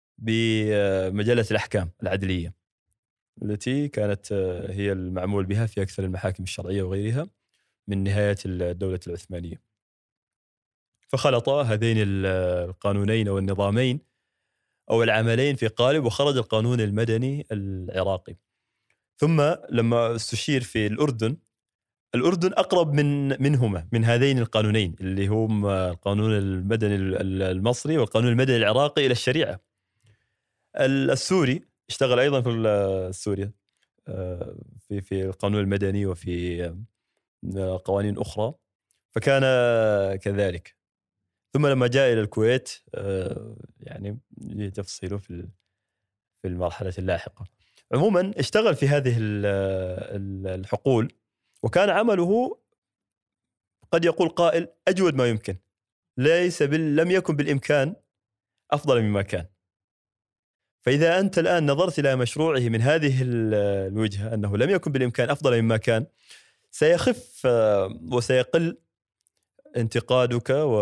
بمجلة الأحكام العدلية التي كانت هي المعمول بها في أكثر المحاكم الشرعية وغيرها من نهاية الدولة العثمانية. فخلط هذين القانونين أو النظامين أو العملين في قالب، وخرج القانون المدني العراقي. ثم لما استشير في الأردن، الأردن أقرب من منهما من هذين القانونين اللي هم القانون المدني المصري والقانون المدني العراقي إلى الشريعة. السوري اشتغل أيضا في سوريا في في القانون المدني وفي قوانين أخرى، فكان كذلك. ثم لما جاء إلى الكويت يعني تفصيله في في المرحلة اللاحقة. عموما اشتغل في هذه الحقول، وكان عمله قد يقول قائل أجود ما يمكن، ليس بال لم يكن بالإمكان أفضل مما كان. فإذا أنت الآن نظرت إلى مشروعه من هذه الوجهة أنه لم يكن بالإمكان أفضل مما كان، سيخف وسيقل انتقادك و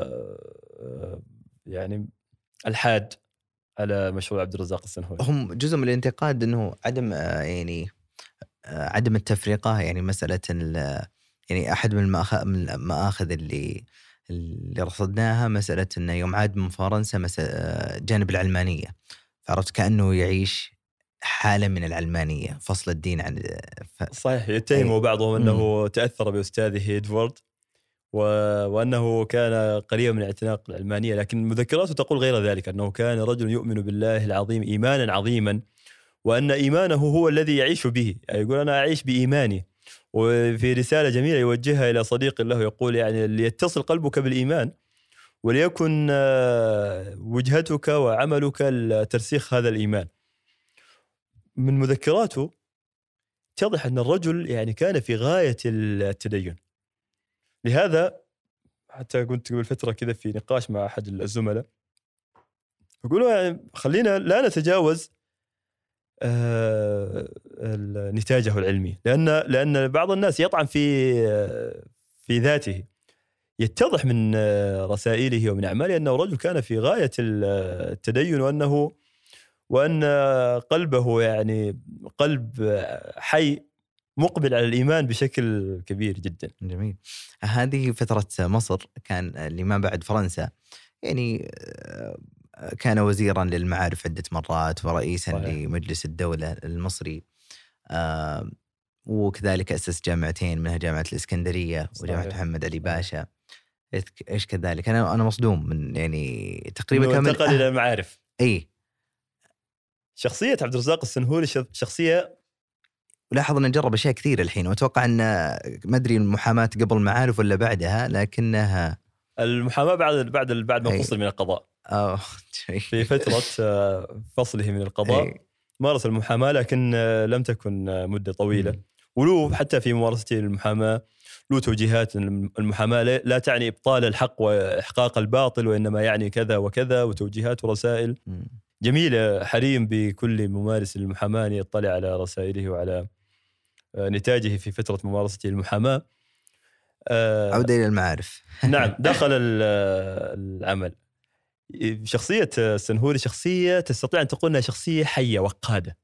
يعني الحاد على مشروع عبد الرزاق السنهوري. هم جزء من الانتقاد أنه عدم يعني عدم التفرقة، يعني مسألة يعني أحد من المآخذ اللي اللي رصدناها مسألة أنه يوم عاد من فرنسا جانب العلمانية، فعرفت كأنه يعيش حالة من العلمانية، فصل الدين عن ف... صحيح. يتهموا بعضهم أنه م. تأثر بأستاذه إدوارد و... وأنه كان قريبا من اعتناق العلمانية، لكن مذكراته تقول غير ذلك، أنه كان رجل يؤمن بالله العظيم إيمانا عظيما، وأن إيمانه هو الذي يعيش به. يعني يقول أنا أعيش بإيماني. وفي رسالة جميلة يوجهها إلى صديق له يقول يعني ليتصل قلبك بالإيمان، وليكن وجهتك وعملك لترسيخ هذا الإيمان. من مذكراته تضح أن الرجل يعني كان في غاية التدين. لهذا حتى كنت قبل فترة كذا في نقاش مع أحد الزملاء، يقولوا يعني خلينا لا نتجاوز نتاجه العلمي، لأن لأن بعض الناس يطعن في في ذاته. يتضح من رسائله ومن أعماله أنه رجل كان في غاية التدين، وأنه وأن قلبه يعني قلب حي مقبل على الإيمان بشكل كبير جدا. جميل. هذه فترة مصر كان اللي ما بعد فرنسا، يعني كان وزيرا للمعارف عدة مرات ورئيسا صحيح. لمجلس الدولة المصري، آه وكذلك أسس جامعتين، منها جامعة الإسكندرية صحيح. وجامعة محمد علي باشا. إيش كذلك أنا أنا مصدوم من يعني تقريبا كامل انتقل أه. إلى المعارف. أي شخصية عبد الرزاق السنهوري شخصية، ولاحظ أن نجرب أشياء كثيرة الحين، وأتوقع أن ما أدري المحاماة قبل المعارف ولا بعدها، لكنها المحاماة بعد بعد بعد ما فصل من القضاء. أوه. في فترة فصله من القضاء أي. مارس المحاماة، لكن لم تكن مدة طويلة. م. ولو حتى في ممارسته المحاماة له توجيهات. المحاماة لا تعني إبطال الحق وإحقاق الباطل، وإنما يعني كذا وكذا، وتوجيهات ورسائل جميلة. حريم بكل ممارس للمحاماة أن يطلع على رسائله وعلى نتاجه في فترة ممارسته للمحاماة. عودة إلى المعارف. نعم. دخل العمل. شخصية السنهوري شخصية تستطيع أن تقول أنها شخصية حية وقادة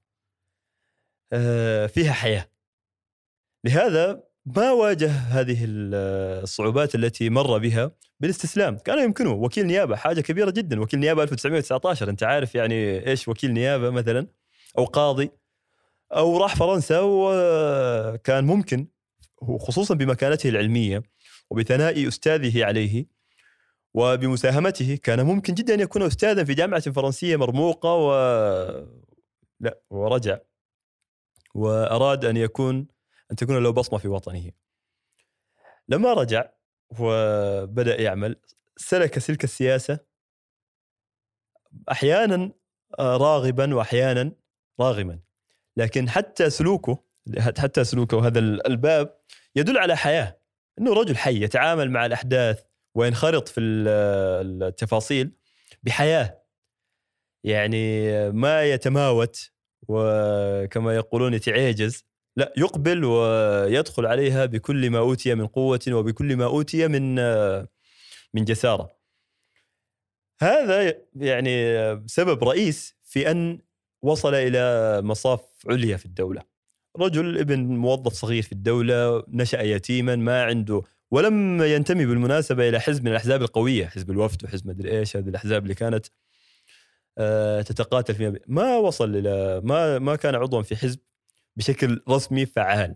فيها حياة. لهذا ما واجه هذه الصعوبات التي مر بها بالاستسلام. كان يمكنه وكيل نيابة، حاجة كبيرة جدا، وكيل نيابة ألف وتسعمائة وتسعة عشر، أنت عارف يعني إيش وكيل نيابة مثلا، أو قاضي. أو راح فرنسا وكان ممكن، خصوصا بمكانته العلمية وبثناء أستاذه عليه وبمساهمته، كان ممكن جدا أن يكون أستاذا في جامعة فرنسية مرموقة و... لا ورجع وأراد أن يكون أن تكون له بصمة في وطنه. لما رجع وبدأ يعمل، سلك سلك السياسة أحيانا راغبا وأحيانا راغما، لكن حتى سلوكه حتى سلوكه هذا الباب يدل على حياة، أنه رجل حي يتعامل مع الأحداث وينخرط في التفاصيل بحياة، يعني ما يتماوت وكما يقولون يتعجز، لا، يقبل ويدخل عليها بكل ما أوتي من قوة وبكل ما أوتي من من جسارة. هذا يعني سبب رئيس في أن وصل إلى مصاف عليا في الدولة. رجل ابن موظف صغير في الدولة، نشأ يتيما، ما عنده، ولم ينتمي بالمناسبة إلى حزب من الأحزاب القوية، حزب الوفد وحزب مدري إيش، هذه الأحزاب اللي كانت تتقاتل فيها. ما وصل إلى ما ما كان عضوا في حزب بشكل رسمي فعال.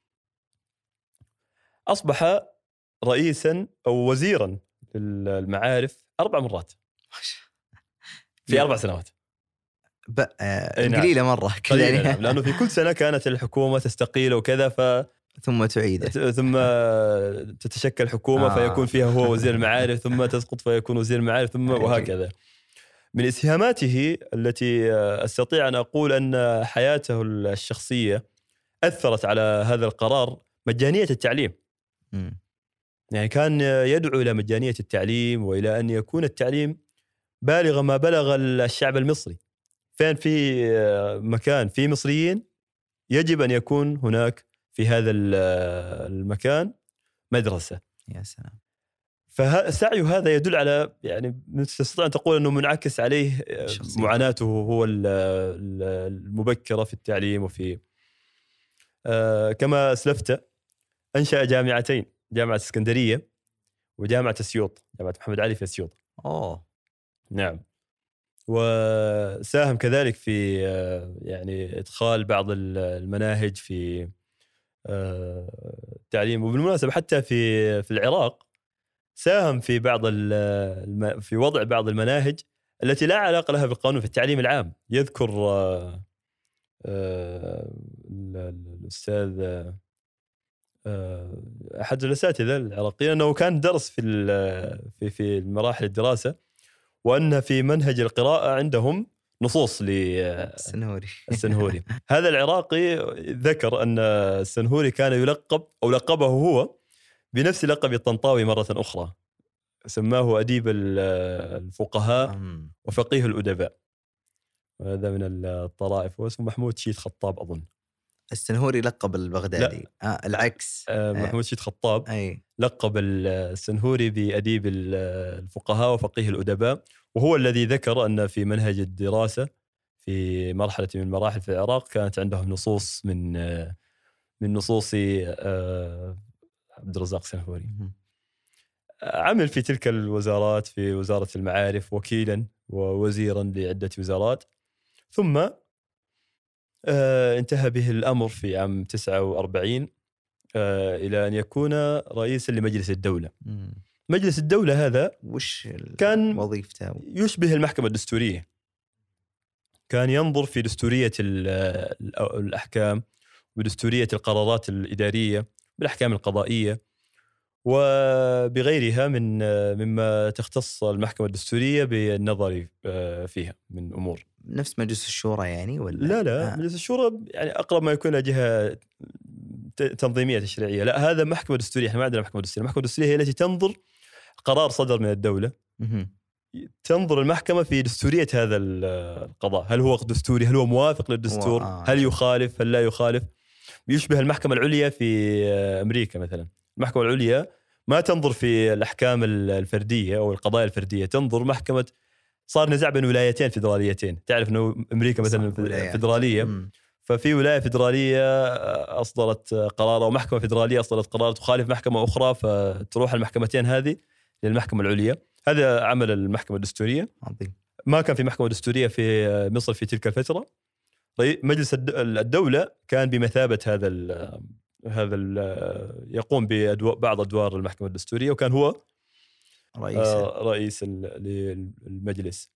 أصبح رئيسا أو وزيرا للمعارف أربع مرات في أربع سنوات. قليلة مرة قليلة، نعم. لأنه في كل سنة كانت الحكومة تستقيل وكذا، ف ثم تعيد ثم تتشكل حكومة آه. فيكون فيها هو وزير المعارف، ثم تسقط فيكون وزير المعارف، ثم وهكذا. من إسهاماته التي أستطيع أن أقول أن حياته الشخصية أثرت على هذا القرار مجانية التعليم. م. يعني كان يدعو إلى مجانية التعليم وإلى أن يكون التعليم بالغ ما بلغ الشعب المصري. فين في مكان في مصريين يجب أن يكون هناك في هذا المكان مدرسة. يا سلام. فالسعي هذا يدل على، يعني تستطيع أن تقول أنه منعكس عليه شخصية. معاناته هو المبكرة في التعليم. وفي كما أسلفت أنشأ جامعتين، جامعة اسكندرية وجامعة أسيوط، جامعة محمد علي في أسيوط. أوه. نعم. وساهم كذلك في يعني إدخال بعض المناهج في التعليم. وبالمناسبة حتى في في العراق ساهم في بعض في وضع بعض المناهج التي لا علاقة لها بالقانون في التعليم العام. يذكر الأستاذ أحد الأساتذة العراقيين أنه كان درس في في في المراحل الدراسة، وأن في منهج القراءة عندهم نصوص للسنهوري. السنهوري هذا العراقي ذكر أن السنهوري كان يلقب أو لقبه هو بنفس لقب الطنطاوي مرة أخرى، سماه أديب الفقهاء وفقيه الأدباء. وهذا من الطرائف. واسمه محمود شيد خطاب أظن. السنهوري لقب البغدادي. آه العكس. آه محمود شيد خطاب أي. لقب السنهوري بأديب الفقهاء وفقيه الأدباء، وهو الذي ذكر أن في منهج الدراسة في مرحلة من المراحل في العراق كانت عندهم نصوص من من نصوص عبد الرزاق السنهوري. عمل في تلك الوزارات، في وزارة المعارف وكيلا ووزيرا لعدة وزارات، ثم انتهى به الأمر في عام تسعة وأربعين إلى أن يكون رئيسا لمجلس الدولة. مم. مجلس الدولة هذا وش كان وظيفته؟ يشبه المحكمة الدستورية. كان ينظر في دستورية الأحكام ودستورية القرارات الإدارية بالأحكام القضائية وبغيرها من مما تختص المحكمة الدستورية بالنظر فيها من أمور. نفس مجلس الشورى يعني ولا؟ لا لا آه. مجلس الشورى يعني أقرب ما يكون جهة تنظيمية تشريعية، لا هذا محكمة دستورية. احنا ما عندنا محكمة دستورية. المحكمة الدستورية هي التي تنظر قرار صدر من الدولة، تنظر المحكمة في دستورية هذا القضاء، هل هو دستوري، هل هو موافق للدستور، هل يخالف، هل لا يخالف. يشبه المحكمة العليا في أمريكا مثلا. المحكمة العليا ما تنظر في الأحكام الفردية أو القضايا الفردية، تنظر محكمة صار نزاع بين ولايتين فيدراليتين. تعرف أنه أمريكا مثلا فيدرالية، مم. ففي ولاية فيدرالية أصدرت قرار أو محكمة فيدرالية أصدرت قرار تخالف محكمة أخرى، فتروح المحكمتين هذه للمحكمة العليا. هذا عمل المحكمة الدستورية. عظيم. ما كان في محكمة دستورية في مصر في تلك الفترة. مجلس الدولة كان بمثابة هذا ال هذا ال يقوم ببعض أدوار المحكمة الدستورية، وكان هو رئيس رئيس المجلس.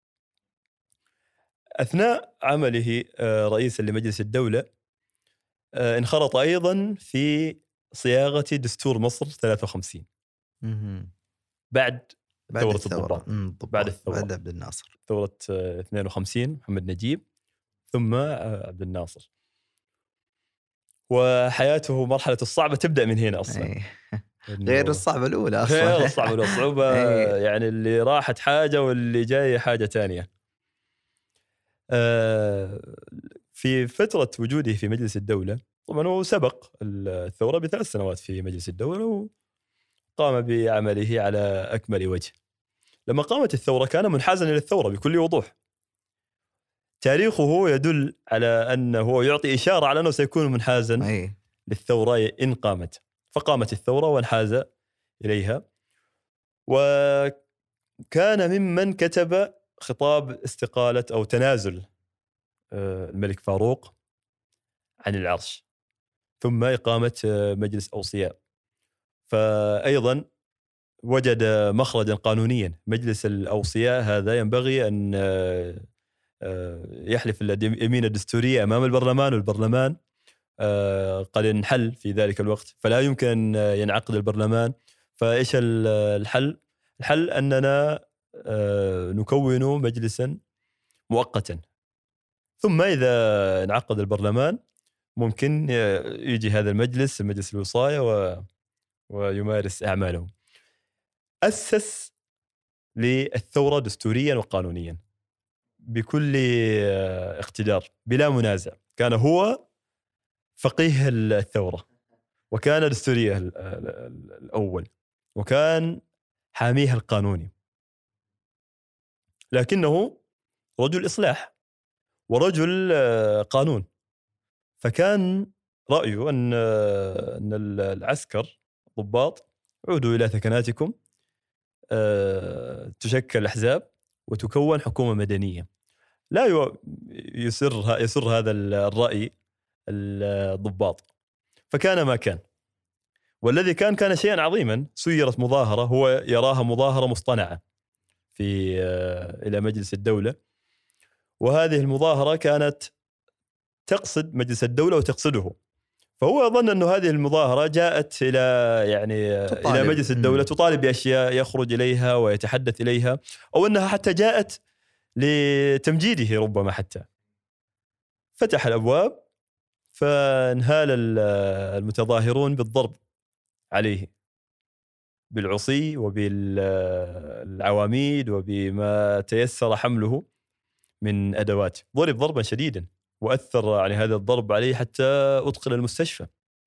أثناء عمله رئيسا لمجلس الدولة انخرط أيضا في صياغة دستور مصر ثلاثة وخمسين بعد ثورة الضباط، بعد الثورة، بعد عبد الناصر، ثورة اثنين وخمسين محمد نجيب ثم عبد الناصر. وحياته مرحلة الصعبة تبدأ من هنا أصلا. غير الصعبة الأولى أصلا. غير الصعبة الأولى، الصعوبة يعني اللي راحت حاجة واللي جاي حاجة تانية. في فترة وجوده في مجلس الدولة، طبعا هو سبق الثورة بثلاث سنوات في مجلس الدولة وقام بعمله على أكمل وجه. لما قامت الثورة كان منحازا إلى الثورة بكل وضوح. تاريخه يدل على أنه يعطي إشارة على أنه سيكون منحازا أي. للثورة إن قامت. فقامت الثورة وانحاز إليها، وكان ممن كتب خطاب استقالة أو تنازل الملك فاروق عن العرش، ثم إقامة مجلس أوصياء. فأيضا وجد مخرجا قانونيا. مجلس الأوصياء هذا ينبغي أن يحلف اليمين الدستورية أمام البرلمان، والبرلمان قد انحل في ذلك الوقت، فلا يمكن أن ينعقد البرلمان. فإيش الحل؟ الحل أننا نكون مجلسا مؤقتا، ثم إذا انعقد البرلمان ممكن يجي هذا المجلس مجلس الوصاية و... ويمارس أعماله. أسس للثورة دستوريا وقانونيا بكل اقتدار بلا منازع. كان هو فقيه الثورة، وكان دستوريه الأول، وكان حاميها القانوني، لكنه رجل إصلاح ورجل قانون. فكان رأيه أن أن العسكر ضباط عودوا إلى ثكناتكم، تشكل أحزاب وتكون حكومة مدنية. لا يسر يسر هذا الرأي الضباط، فكان ما كان. والذي كان كان شيئا عظيما. سيرت مظاهرة هو يراها مظاهرة مصطنعة في إلى مجلس الدولة، وهذه المظاهرة كانت تقصد مجلس الدولة وتقصده. فهو يظن أن هذه المظاهرة جاءت إلى يعني تطالب. إلى مجلس الدولة تطالب بأشياء يخرج إليها ويتحدث إليها، أو أنها حتى جاءت لتمجيده ربما. حتى فتح الأبواب فانهال المتظاهرون بالضرب عليه بالعصي وبالعواميد وبما تيسر حمله من أدوات. ضرب ضربا شديدا وأثر يعني هذا الضرب عليه حتى أدخل المستشفى.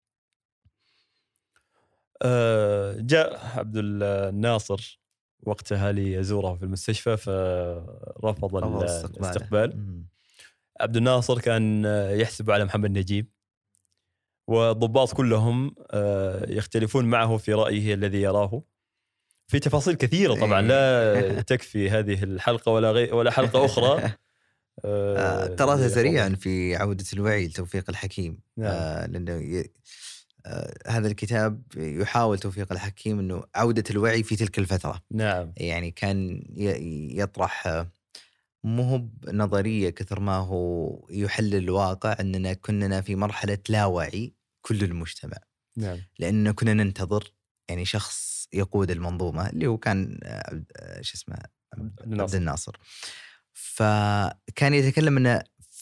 جاء عبد الناصر وقتها ليزوره في المستشفى فرفض الاستقبال. عبد الناصر كان يحسب على محمد نجيب، والضباط كلهم يختلفون معه في رأيه الذي يراه في تفاصيل كثيرة. طبعا لا تكفي هذه الحلقة ولا غير ولا حلقة أخرى. آه، تراها سريعا في عودة الوعي لتوفيق الحكيم. نعم. آه، لأنه ي... آه، هذا الكتاب يحاول توفيق الحكيم أنه عودة الوعي في تلك الفترة. نعم. يعني كان ي... يطرح مو نظرية كثر ما هو يحلل الواقع، أننا كنا في مرحلة لا وعي كل المجتمع. نعم. لأننا كنا ننتظر يعني شخص يقود المنظومة اللي هو كان شو اسمه عبد الناصر. فكان يتكلم أنه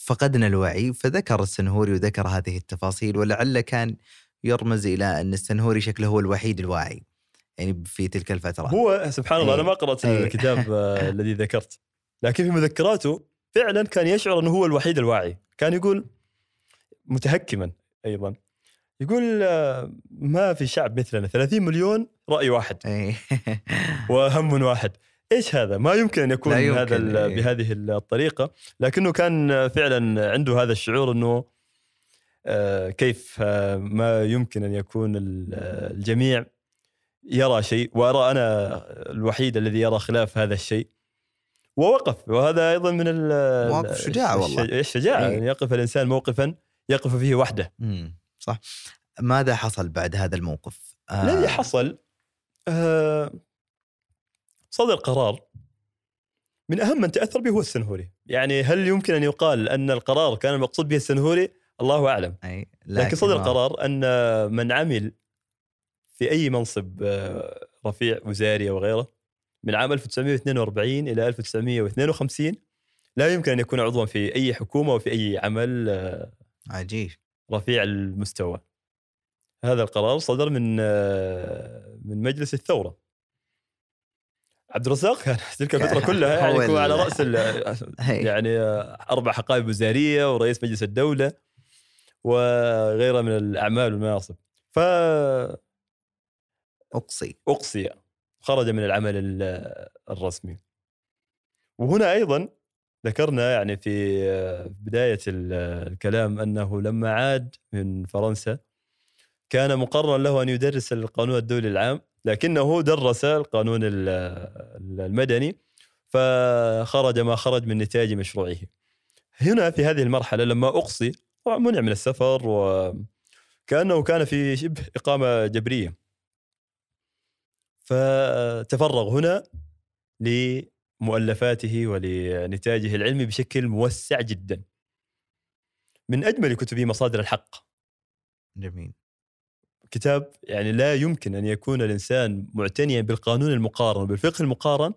فقدنا الوعي. فذكر السنهوري وذكر هذه التفاصيل، ولعل كان يرمز إلى أن السنهوري شكله هو الوحيد الواعي يعني في تلك الفترة. هو سبحان الله، أي. أنا ما قرأت أي. الكتاب الذي ذكرت، لكن في مذكراته فعلا كان يشعر أنه هو الوحيد الواعي. كان يقول متهكما أيضا، يقول ما في شعب مثلنا ثلاثين مليون رأي واحد وهم واحد. إيش هذا؟ ما يمكن أن يكون يمكن. هذا أي. بهذه الطريقة، لكنه كان فعلا عنده هذا الشعور أنه كيف ما يمكن أن يكون الجميع يرى شيء وأرى أنا الوحيد الذي يرى خلاف هذا الشيء، ووقف. وهذا أيضا من مواقف شجاعة والله، الشجاعة يعني يقف الإنسان موقفا يقف فيه وحده. مم. صح. ماذا حصل بعد هذا الموقف؟ الذي آه. حصل آه صدر قرار من أهم من تأثر به هو السنهوري. يعني هل يمكن أن يقال أن القرار كان المقصود به السنهوري؟ الله أعلم. أي. لكن, لكن صدر قرار أن من عمل في أي منصب رفيع وزاري أو غيره من عام ألف وتسعمائة واثنين وأربعين إلى ألف وتسعمائة واثنين وخمسين لا يمكن أن يكون عضوا في أي حكومة وفي أي عمل عجيب رفيع المستوى. هذا القرار صدر من من مجلس الثورة. عبد الرزاق كان تلك الفترة كلها يعني يكون على رأس يعني أربع حقائب وزارية ورئيس مجلس الدولة وغيرها من الأعمال والمناصب. ف أقصي أقصي خرج من العمل الرسمي. وهنا أيضا ذكرنا يعني في بداية الكلام أنه لما عاد من فرنسا كان مقرر له أن يدرس القانون الدولي العام، لكنه درس القانون المدني فخرج ما خرج من نتاج مشروعه. هنا في هذه المرحلة لما أقصي طبعا منع من السفر وكأنه كان في شبه إقامة جبرية، فتفرغ هنا لمؤلفاته ولنتاجه العلمي بشكل موسع جدا. من أجمل كتبه مصادر الحق. جميل. كتاب يعني لا يمكن أن يكون الإنسان معتنيا بالقانون المقارن وبالفقه المقارن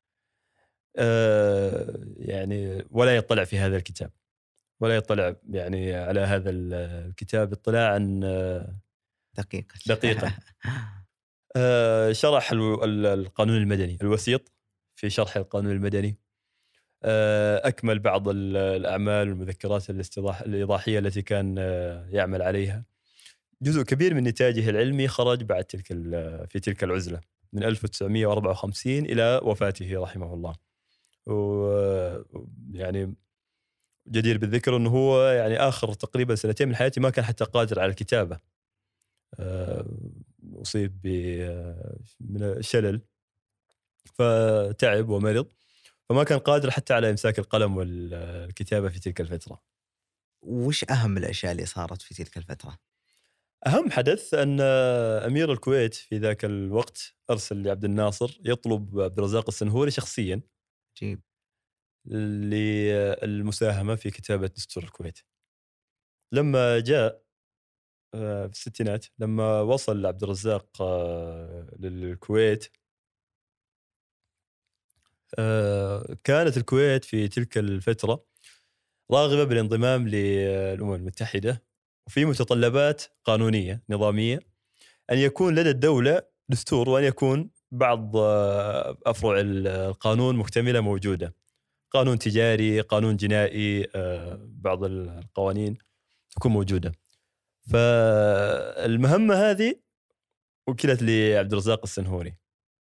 آه يعني ولا يطلع في هذا الكتاب، ولا يطلع يعني على هذا الكتاب اطلاعا دقيقا دقيقا. آه شرح القانون المدني الوسيط في شرح القانون المدني، آه أكمل بعض الأعمال والمذكرات الإيضاحية التي كان يعمل عليها. جزء كبير من نتاجه العلمي خرج بعد تلك في تلك العزلة من ألف وتسعمائة وأربعة وخمسين إلى وفاته رحمه الله. ويعني جدير بالذكر أنه هو يعني آخر تقريبا سنتين من حياته ما كان حتى قادر على الكتابة، أصيب من الشلل فتعب ومرض، فما كان قادر حتى على إمساك القلم والكتابة في تلك الفترة. وش أهم الأشياء اللي صارت في تلك الفترة؟ أهم حدث أن أمير الكويت في ذاك الوقت أرسل لعبد الناصر يطلب عبد الرزاق السنهوري شخصيا جيب. للمساهمة في كتابة دستور الكويت. لما جاء في الستينات لما وصل عبد الرزاق للكويت كانت الكويت في تلك الفترة راغبة بالانضمام للأمم المتحدة، وفي متطلبات قانونية نظامية أن يكون لدى الدولة دستور وأن يكون بعض أفرع القانون مكتملة موجودة، قانون تجاري، قانون جنائي، بعض القوانين تكون موجودة. فالمهمة هذه وكلت لعبد الرزاق السنهوري.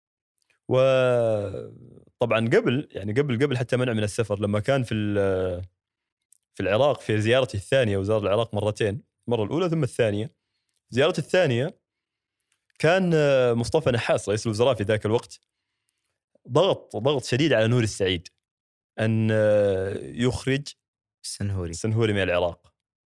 وطبعا قبل يعني قبل قبل حتى منع من السفر لما كان في في العراق في زيارته الثانية، وزار العراق مرتين، المرة الأولى ثم الثانية. زيارته الثانية كان مصطفى نحاس رئيس الوزراء في ذاك الوقت ضغط ضغط شديد على نور السعيد أن يخرج السنهوري السنهوري من العراق.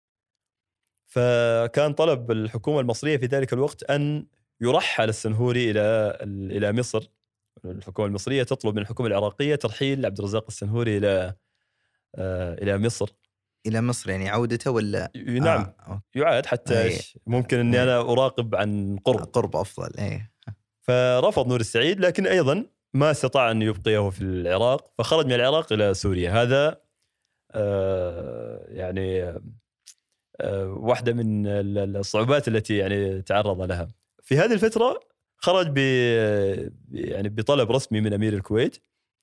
فكان طلب الحكومة المصرية في ذلك الوقت أن يرحل السنهوري إلى إلى مصر. الحكومة المصرية تطلب من الحكومة العراقية ترحيل عبد الرزاق السنهوري إلى إلى مصر. إلى مصر يعني عودته ولا؟ نعم آه. يعاد حتى أي. ممكن أني أي. أنا أراقب عن قرب قرب أفضل. أي. فرفض نور السعيد، لكن أيضا ما استطاع أن يبقيه في العراق، فخرج من العراق إلى سوريا. هذا يعني واحدة من الصعوبات التي يعني تعرض لها. في هذه الفترة خرج ب يعني بطلب رسمي من أمير الكويت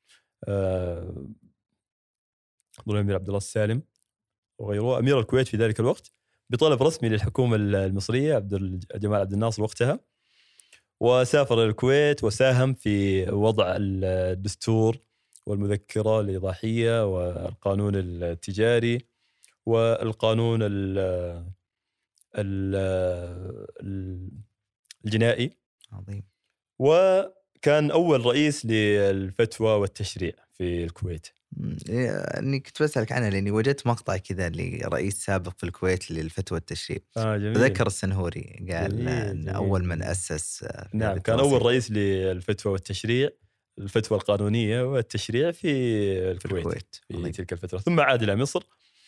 أظن الأمير عبد الله السالم وغيره، أمير الكويت في ذلك الوقت، بطلب رسمي للحكومة المصرية عبد جمال عبد الناصر وقتها، وسافر إلى الكويت وساهم في وضع الدستور والمذكرة الإيضاحية والقانون التجاري والقانون ال الجنائي. عظيم. وكان أول رئيس للفتوى والتشريع في الكويت. اني كنت بسألك عنها لاني وجدت مقطع كذا لرئيس سابق في الكويت للفتوى والتشريع. اه جميل. تذكر السنهوري قال جميل. ان جميل. اول من اسس. نعم كان اول رئيس للفتوى والتشريع، الفتوى القانونيه والتشريع في الكويت في, الكويت. في تلك الفتره، ثم عاد الى مصر.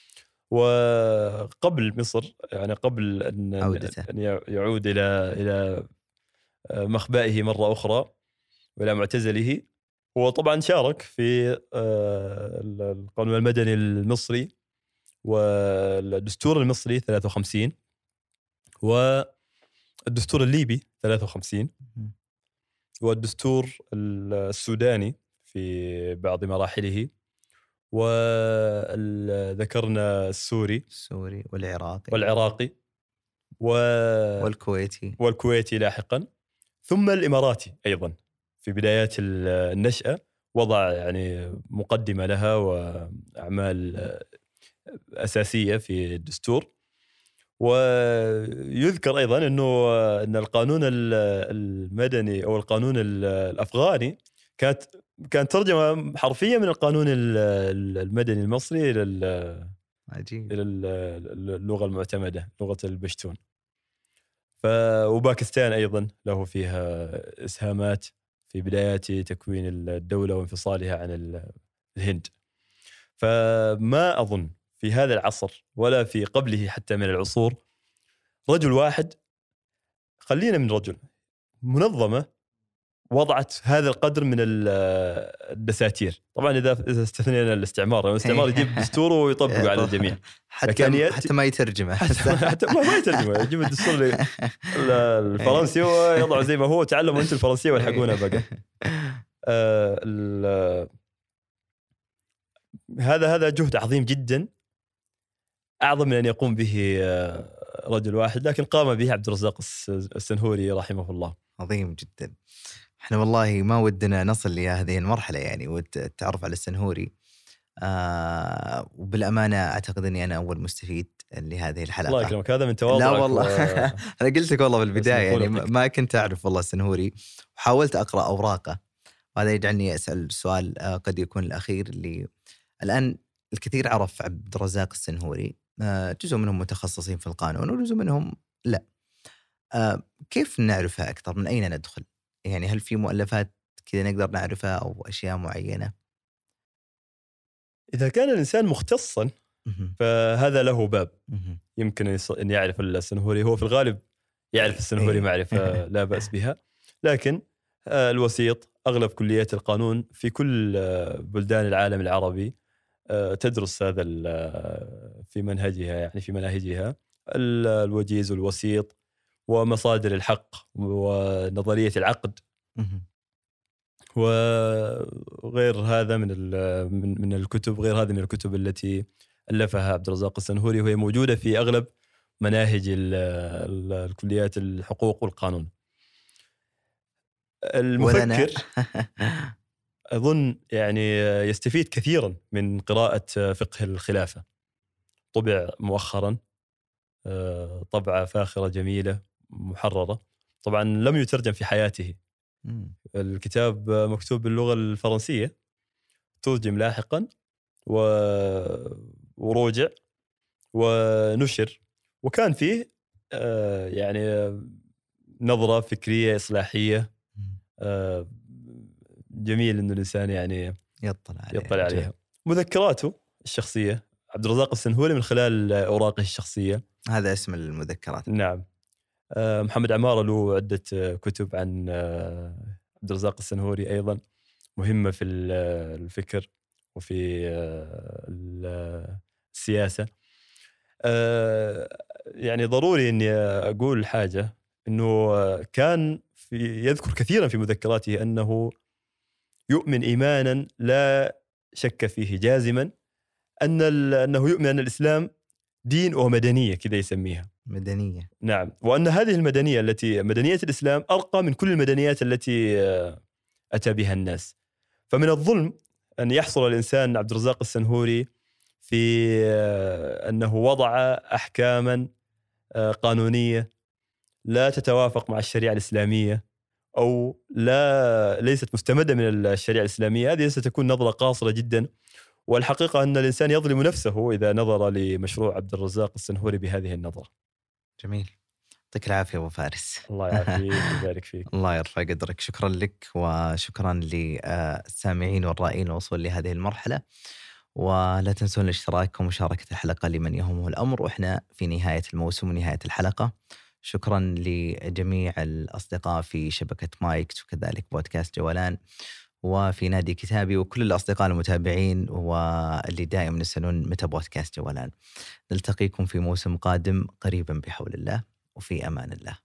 وقبل مصر يعني قبل ان عودته. ان يعود الى الى مخبئه مره اخرى والى معتزله، هو طبعا شارك في القانون المدني المصري والدستور المصري ثلاثة وخمسين والدستور الليبي ذ وخمسين والدستور السوداني في بعض مراحله، وذكرنا السوري السوري والعراقي والعراقي و... والكويتي والكويتي لاحقا، ثم الإماراتي أيضا في بدايات النشأة، وضع يعني مقدمة لها وأعمال أساسية في الدستور. ويذكر أيضا أنه أن القانون المدني أو القانون الأفغاني كانت كانت ترجمة حرفية من القانون المدني المصري إلى إلى اللغة المعتمدة، لغة البشتون. وباكستان أيضا له فيها إسهامات في بدايات تكوين الدولة وانفصالها عن الهند. فما أظن في هذا العصر ولا في قبله حتى من العصور رجل واحد، خلينا من رجل، منظمة وضعت هذا القدر من الدساتير. طبعا إذا إذا استثنينا الاستعمار، الاستعمار يجيب دستوره ويطبقه على الجميع، حتى حتى ما يترجمه حتى, حتى ما يترجمه، يجيب الدستور الفرنسي ويضعه زي ما هو. تعلموا أنتم الفرنسية والحقونا بقى. آه هذا هذا جهد عظيم جدا، أعظم من أن يقوم به رجل واحد، لكن قام به عبد الرزاق السنهوري رحمه الله. عظيم جدا. احنا والله ما ودنا نصل لهذه المرحلة يعني والتعرف على السنهوري. آه وبالأمانة أعتقد أني أنا أول مستفيد لهذه الحلقة. الله يكرمك، هذا من تواضعك. لا والله و... أنا قلت لك والله بالبداية يعني لك. ما كنت أعرف والله السنهوري، وحاولت أقرأ أوراقه، وهذا يجعلني أسأل سؤال قد يكون الأخير اللي الآن الكثير عرف عبد الرزاق السنهوري، جزء منهم متخصصين في القانون وجزء منهم لا. كيف نعرفها أكثر؟ من أين ندخل؟ يعني هل في مؤلفات كذا نقدر نعرفها أو أشياء معينة؟ إذا كان الإنسان مختصا فهذا له باب، يمكن أن يعرف السنهوري. هو في الغالب يعرف السنهوري معرفة لا بأس بها، لكن الوسيط أغلب كليات القانون في كل بلدان العالم العربي تدرس هذا في منهجها، يعني في مناهجها الوجيز والوسيط ومصادر الحق ونظرية العقد وغير هذا من من الكتب غير هذه من الكتب التي ألفها عبد الرزاق السنهوري، وهي موجودة في أغلب مناهج الكليات الحقوق والقانون. المفكر أظن يعني يستفيد كثيرا من قراءة فقه الخلافة، طبع مؤخرا طبعة فاخرة جميلة محررة، طبعا لم يترجم في حياته. الكتاب مكتوب باللغة الفرنسية، ترجم لاحقا وروجع ونشر، وكان فيه يعني نظرة فكرية إصلاحية جميل إنه الإنسان يعني يطلع عليها, يطلع عليها. مذكراته الشخصية عبد الرزاق السنهوري من خلال أوراقه الشخصية، هذا اسم المذكرات. نعم. محمد عمارة له عدة كتب عن عبد الرزاق السنهوري أيضا مهمة في الفكر، وفي السياسة. يعني ضروري أني أقول حاجة، أنه كان في يذكر كثيرا في مذكراته أنه يؤمن إيمانا لا شك فيه جازما أن أنه يؤمن أن الإسلام دين ومدنية، كذا يسميها مدنية. نعم، وأن هذه المدنية التي مدنية الإسلام أرقى من كل المدنيات التي أتى بها الناس. فمن الظلم أن يحصل الإنسان عبد الرزاق السنهوري في أنه وضع أحكاما قانونية لا تتوافق مع الشريعة الإسلامية أو لا ليست مستمدة من الشريعة الإسلامية. هذه ستكون نظرة قاصرة جدا، والحقيقة أن الإنسان يظلم نفسه إذا نظر لمشروع عبد الرزاق السنهوري بهذه النظرة. جميل، يعطيك العافية أبو فارس. الله يعافيك ويبارك فيك. الله يرفع قدرك. شكرا لك وشكرا للسامعين والرائين الوصول لهذه المرحلة، ولا تنسون الاشتراك ومشاركة الحلقة لمن يهمه الأمر، وإحنا في نهاية الموسم ونهاية الحلقة. شكرا لجميع الأصدقاء في شبكة مايكس وكذلك بودكاست جولان وفي نادي كتابي وكل الأصدقاء المتابعين واللي دائما يسألون متى بودكاست جولان. نلتقيكم في موسم قادم قريبا بحول الله، وفي أمان الله.